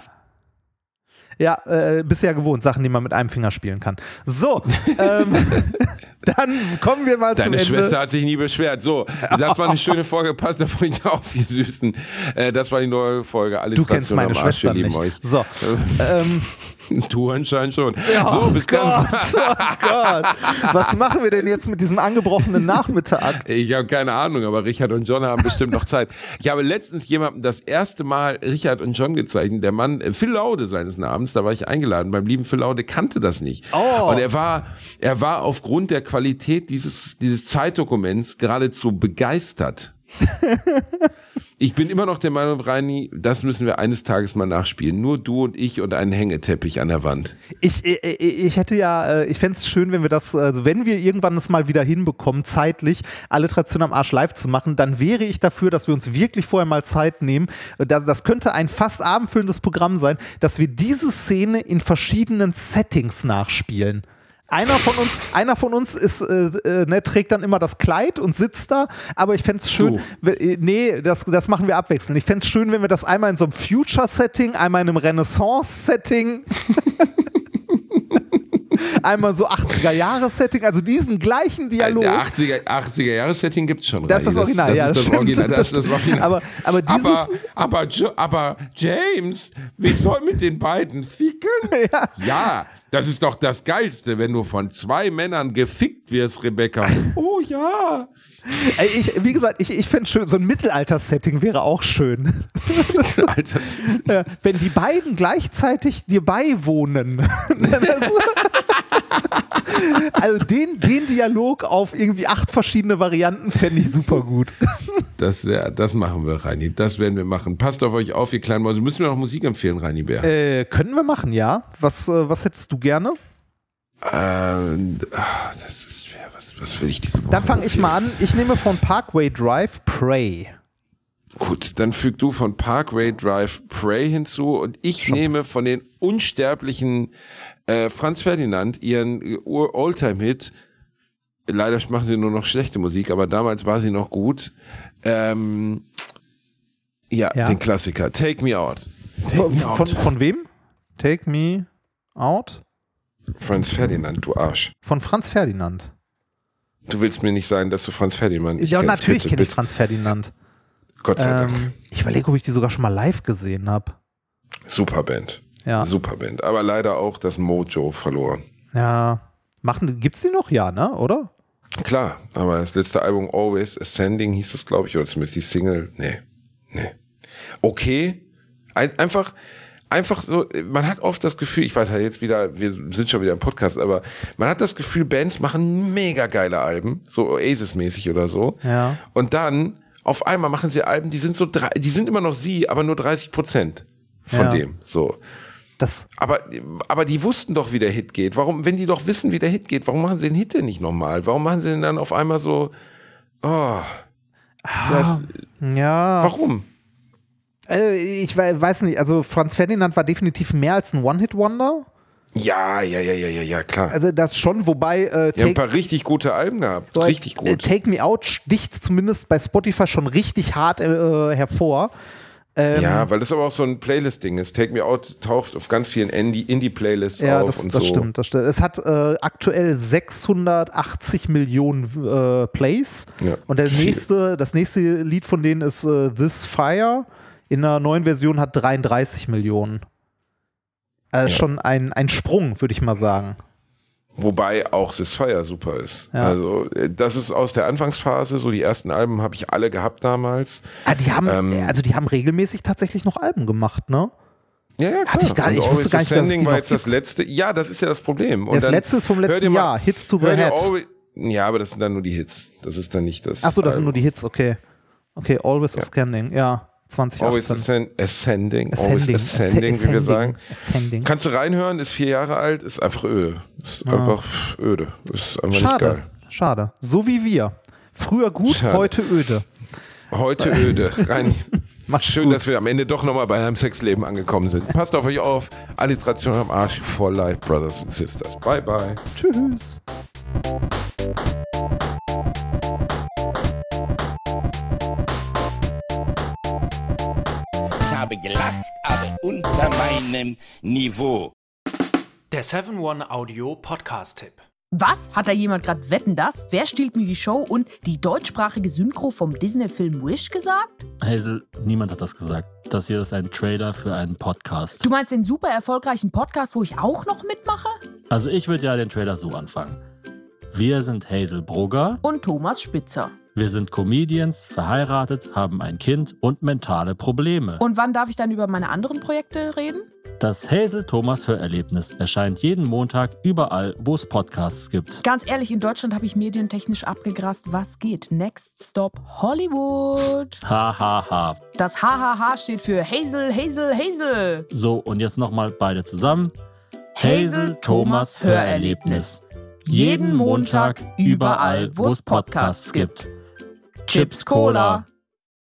Ja, äh, bisher gewohnt, Sachen, die man mit einem Finger spielen kann. So, ähm, dann kommen wir mal Deine zum Schwester Ende. hat sich nie beschwert. So, das war eine schöne Folge. Passt auf euch auf, ihr Süßen. Äh, das war die neue Folge. Du kennst Alliteration meine am Arsch. Schwester Wir lieben nicht. euch. So, ähm, Du anscheinend schon. ja, so, bis Gott, ganz. oh Gott. Was machen wir denn jetzt mit diesem angebrochenen Nachmittag? Ich habe keine Ahnung, aber Richard und John haben bestimmt noch Zeit. Ich habe letztens jemandem das erste Mal Richard und John gezeichnet. Der Mann, äh, Phil Laude seines Namens, da war ich eingeladen. Beim lieben Phil Laude kannte das nicht. Oh. Und er war, er war aufgrund der Qualität dieses, dieses Zeitdokuments geradezu begeistert. Ich bin immer noch der Meinung, Reini, das müssen wir eines Tages mal nachspielen. Nur du und ich und einen Hängeteppich an der Wand. Ich, ich, ich hätte ja, ich fände es schön, wenn wir das, also wenn wir irgendwann es mal wieder hinbekommen, zeitlich Alliteration am Arsch live zu machen, dann wäre ich dafür, dass wir uns wirklich vorher mal Zeit nehmen. Das, das könnte ein fast abendfüllendes Programm sein, dass wir diese Szene in verschiedenen Settings nachspielen. Einer von uns, einer von uns ist, äh, äh, ne, trägt dann immer das Kleid und sitzt da, aber ich fände es schön, we- äh, nee, das, das machen wir abwechselnd. Ich fände es schön, wenn wir das einmal in so einem Future-Setting, einmal in einem Renaissance-Setting, einmal so achtziger-Jahre-Setting, also diesen gleichen Dialog. Der achtziger-Jahre-Setting gibt's schon. Das ist das Reini. Original, das, ja, das das ist das stimmt, Original. Das, das ist das stimmt. Original. Aber- aber dieses- aber, aber, Jo- aber James, wir sollen mit den beiden ficken? Ja. Ja, das ist doch das Geilste, wenn du von zwei Männern gefickt wirst, Rebecca. Oh ja. Ey, ich, wie gesagt, ich, ich fände schön, so ein Mittelalter-Setting wäre auch schön. Alter. Ja, wenn die beiden gleichzeitig dir beiwohnen. Das- also den, den Dialog auf irgendwie acht verschiedene Varianten fände ich super gut. Das, ja, das machen wir, Reini. Das werden wir machen. Passt auf euch auf, ihr kleinen Mäuse. Müssen wir noch Musik empfehlen, Reini Bär? Äh, können wir machen, ja. Was, äh, was hättest du gerne? Ähm, ah, das ist schwer. Was, was will ich diese Woche Dann fange ich empfehlen? mal an. Ich nehme von Parkway Drive Prey. Gut, dann füg du von Parkway Drive Prey hinzu und ich Schon nehme was. von den unsterblichen äh, Franz Ferdinand ihren Oldtime-Hit. Leider machen sie nur noch schlechte Musik, aber damals war sie noch gut. Ähm, ja, Ja. den Klassiker. Take Me Out. Take Von, Me Out. von, von wem? Take Me Out? Franz Ferdinand, du Arsch. Von Franz Ferdinand. Du willst mir nicht sagen, dass du Franz Ferdinand nicht Ja, kennst. natürlich Bitte, kenne ich bitte. Franz Ferdinand. Gott sei Dank. Ähm, ich überlege, ob ich die sogar schon mal live gesehen habe. Super Band. Ja. Super Band. Aber leider auch das Mojo verloren. Ja. Machen, gibt's die noch? Ja, ne? Oder? Klar, aber das letzte Album Always Ascending hieß es, glaube ich, oder zumindest die Single. Nee, nee. Okay, Ein, einfach, einfach so, man hat oft das Gefühl, ich weiß halt jetzt wieder, wir sind schon wieder im Podcast, aber man hat das Gefühl, Bands machen mega geile Alben, so Oasis-mäßig oder so. Ja. Und dann, auf einmal machen sie Alben, die sind so, drei, die sind immer noch sie, aber nur dreißig Prozent von Ja. dem, so. Das, Aber, aber die wussten doch, wie der Hit geht. Warum, wenn die doch wissen, wie der Hit geht, warum machen sie den Hit denn nicht nochmal? Warum machen sie den dann auf einmal so, oh, das, ja. warum? Äh, ich we- weiß nicht, also Franz Ferdinand war definitiv mehr als ein One-Hit-Wonder. Ja, ja, ja, ja, ja, ja, klar. Also das schon, wobei äh, Die haben ein Take, paar richtig gute Alben gehabt. Richtig äh, gut. Take Me Out sticht zumindest bei Spotify schon richtig hart äh, hervor. Ähm, Ja, weil das aber auch so ein Playlist-Ding ist. Take Me Out taucht auf ganz vielen Indie- Indie-Playlists Ja, auf das, und das so. stimmt, das stimmt. Es hat äh, aktuell sechshundertachtzig Millionen äh, Plays. Ja, und der viel. nächste, das nächste Lied von denen ist äh, This Fire. In der neuen Version hat dreiunddreißig Millionen. Also Ja. schon ein, ein Sprung, würde ich mal sagen. Wobei auch This Fire super ist. Ja. Also äh, das ist aus der Anfangsphase, so die ersten Alben habe ich alle gehabt damals. Ah, die haben, Ähm, also die haben regelmäßig tatsächlich noch Alben gemacht, ne? Ja, ja, klar. Hatte ich gar nicht, ich wusste gar nicht, dass es die war noch jetzt das gibt. letzte. Ja, das ist ja das Problem. Und Das dann letzte ist vom hör letzten dir mal- Jahr, Hits to the hör dir Head. Always, ja, aber das sind dann nur die Hits. Das ist dann nicht das. Achso, das sind Album. nur die Hits, okay. Okay, Always Ja. Ascending, ja, zwanzig achtzehn. Always ascend, ascending, Ascending, always ascending, wie wir sagen. Ascending. Kannst du reinhören, ist vier Jahre alt, ist einfach öde. Ist Ah. einfach öde. Ist einfach nicht Schade, geil. schade. So wie wir. Früher gut, Schade. heute öde. Heute öde. Rein. Macht's Schön, gut. dass wir am Ende doch nochmal bei einem Sexleben angekommen sind. Passt auf euch auf. Alliteration am Arsch. For life, Brothers and Sisters. Bye, bye. Tschüss. Ich habe gelacht, aber unter meinem Niveau. Der seven one Audio Podcast-Tipp. Was? Hat da jemand gerade Wetten, das? Wer stiehlt mir die Show und die deutschsprachige Synchro vom Disney-Film Wish gesagt? Hazel, niemand hat das gesagt. Das hier ist ein Trailer für einen Podcast. Du meinst den super erfolgreichen Podcast, wo ich auch noch mitmache? Also ich würde ja den Trailer so anfangen. Wir sind Hazel Brugger. Und Thomas Spitzer. Wir sind Comedians, verheiratet, haben ein Kind und mentale Probleme. Und wann darf ich dann über meine anderen Projekte reden? Das Hazel Thomas Hörerlebnis erscheint jeden Montag überall, wo es Podcasts gibt. Ganz ehrlich, in Deutschland habe ich medientechnisch abgegrast. Was geht? Next Stop Hollywood. Ha, ha, ha. Das H H H steht für Hazel, Hazel, Hazel. So, und jetzt nochmal beide zusammen. Hazel Thomas Hörerlebnis. Jeden Montag überall, wo es Podcasts gibt. Chips Cola.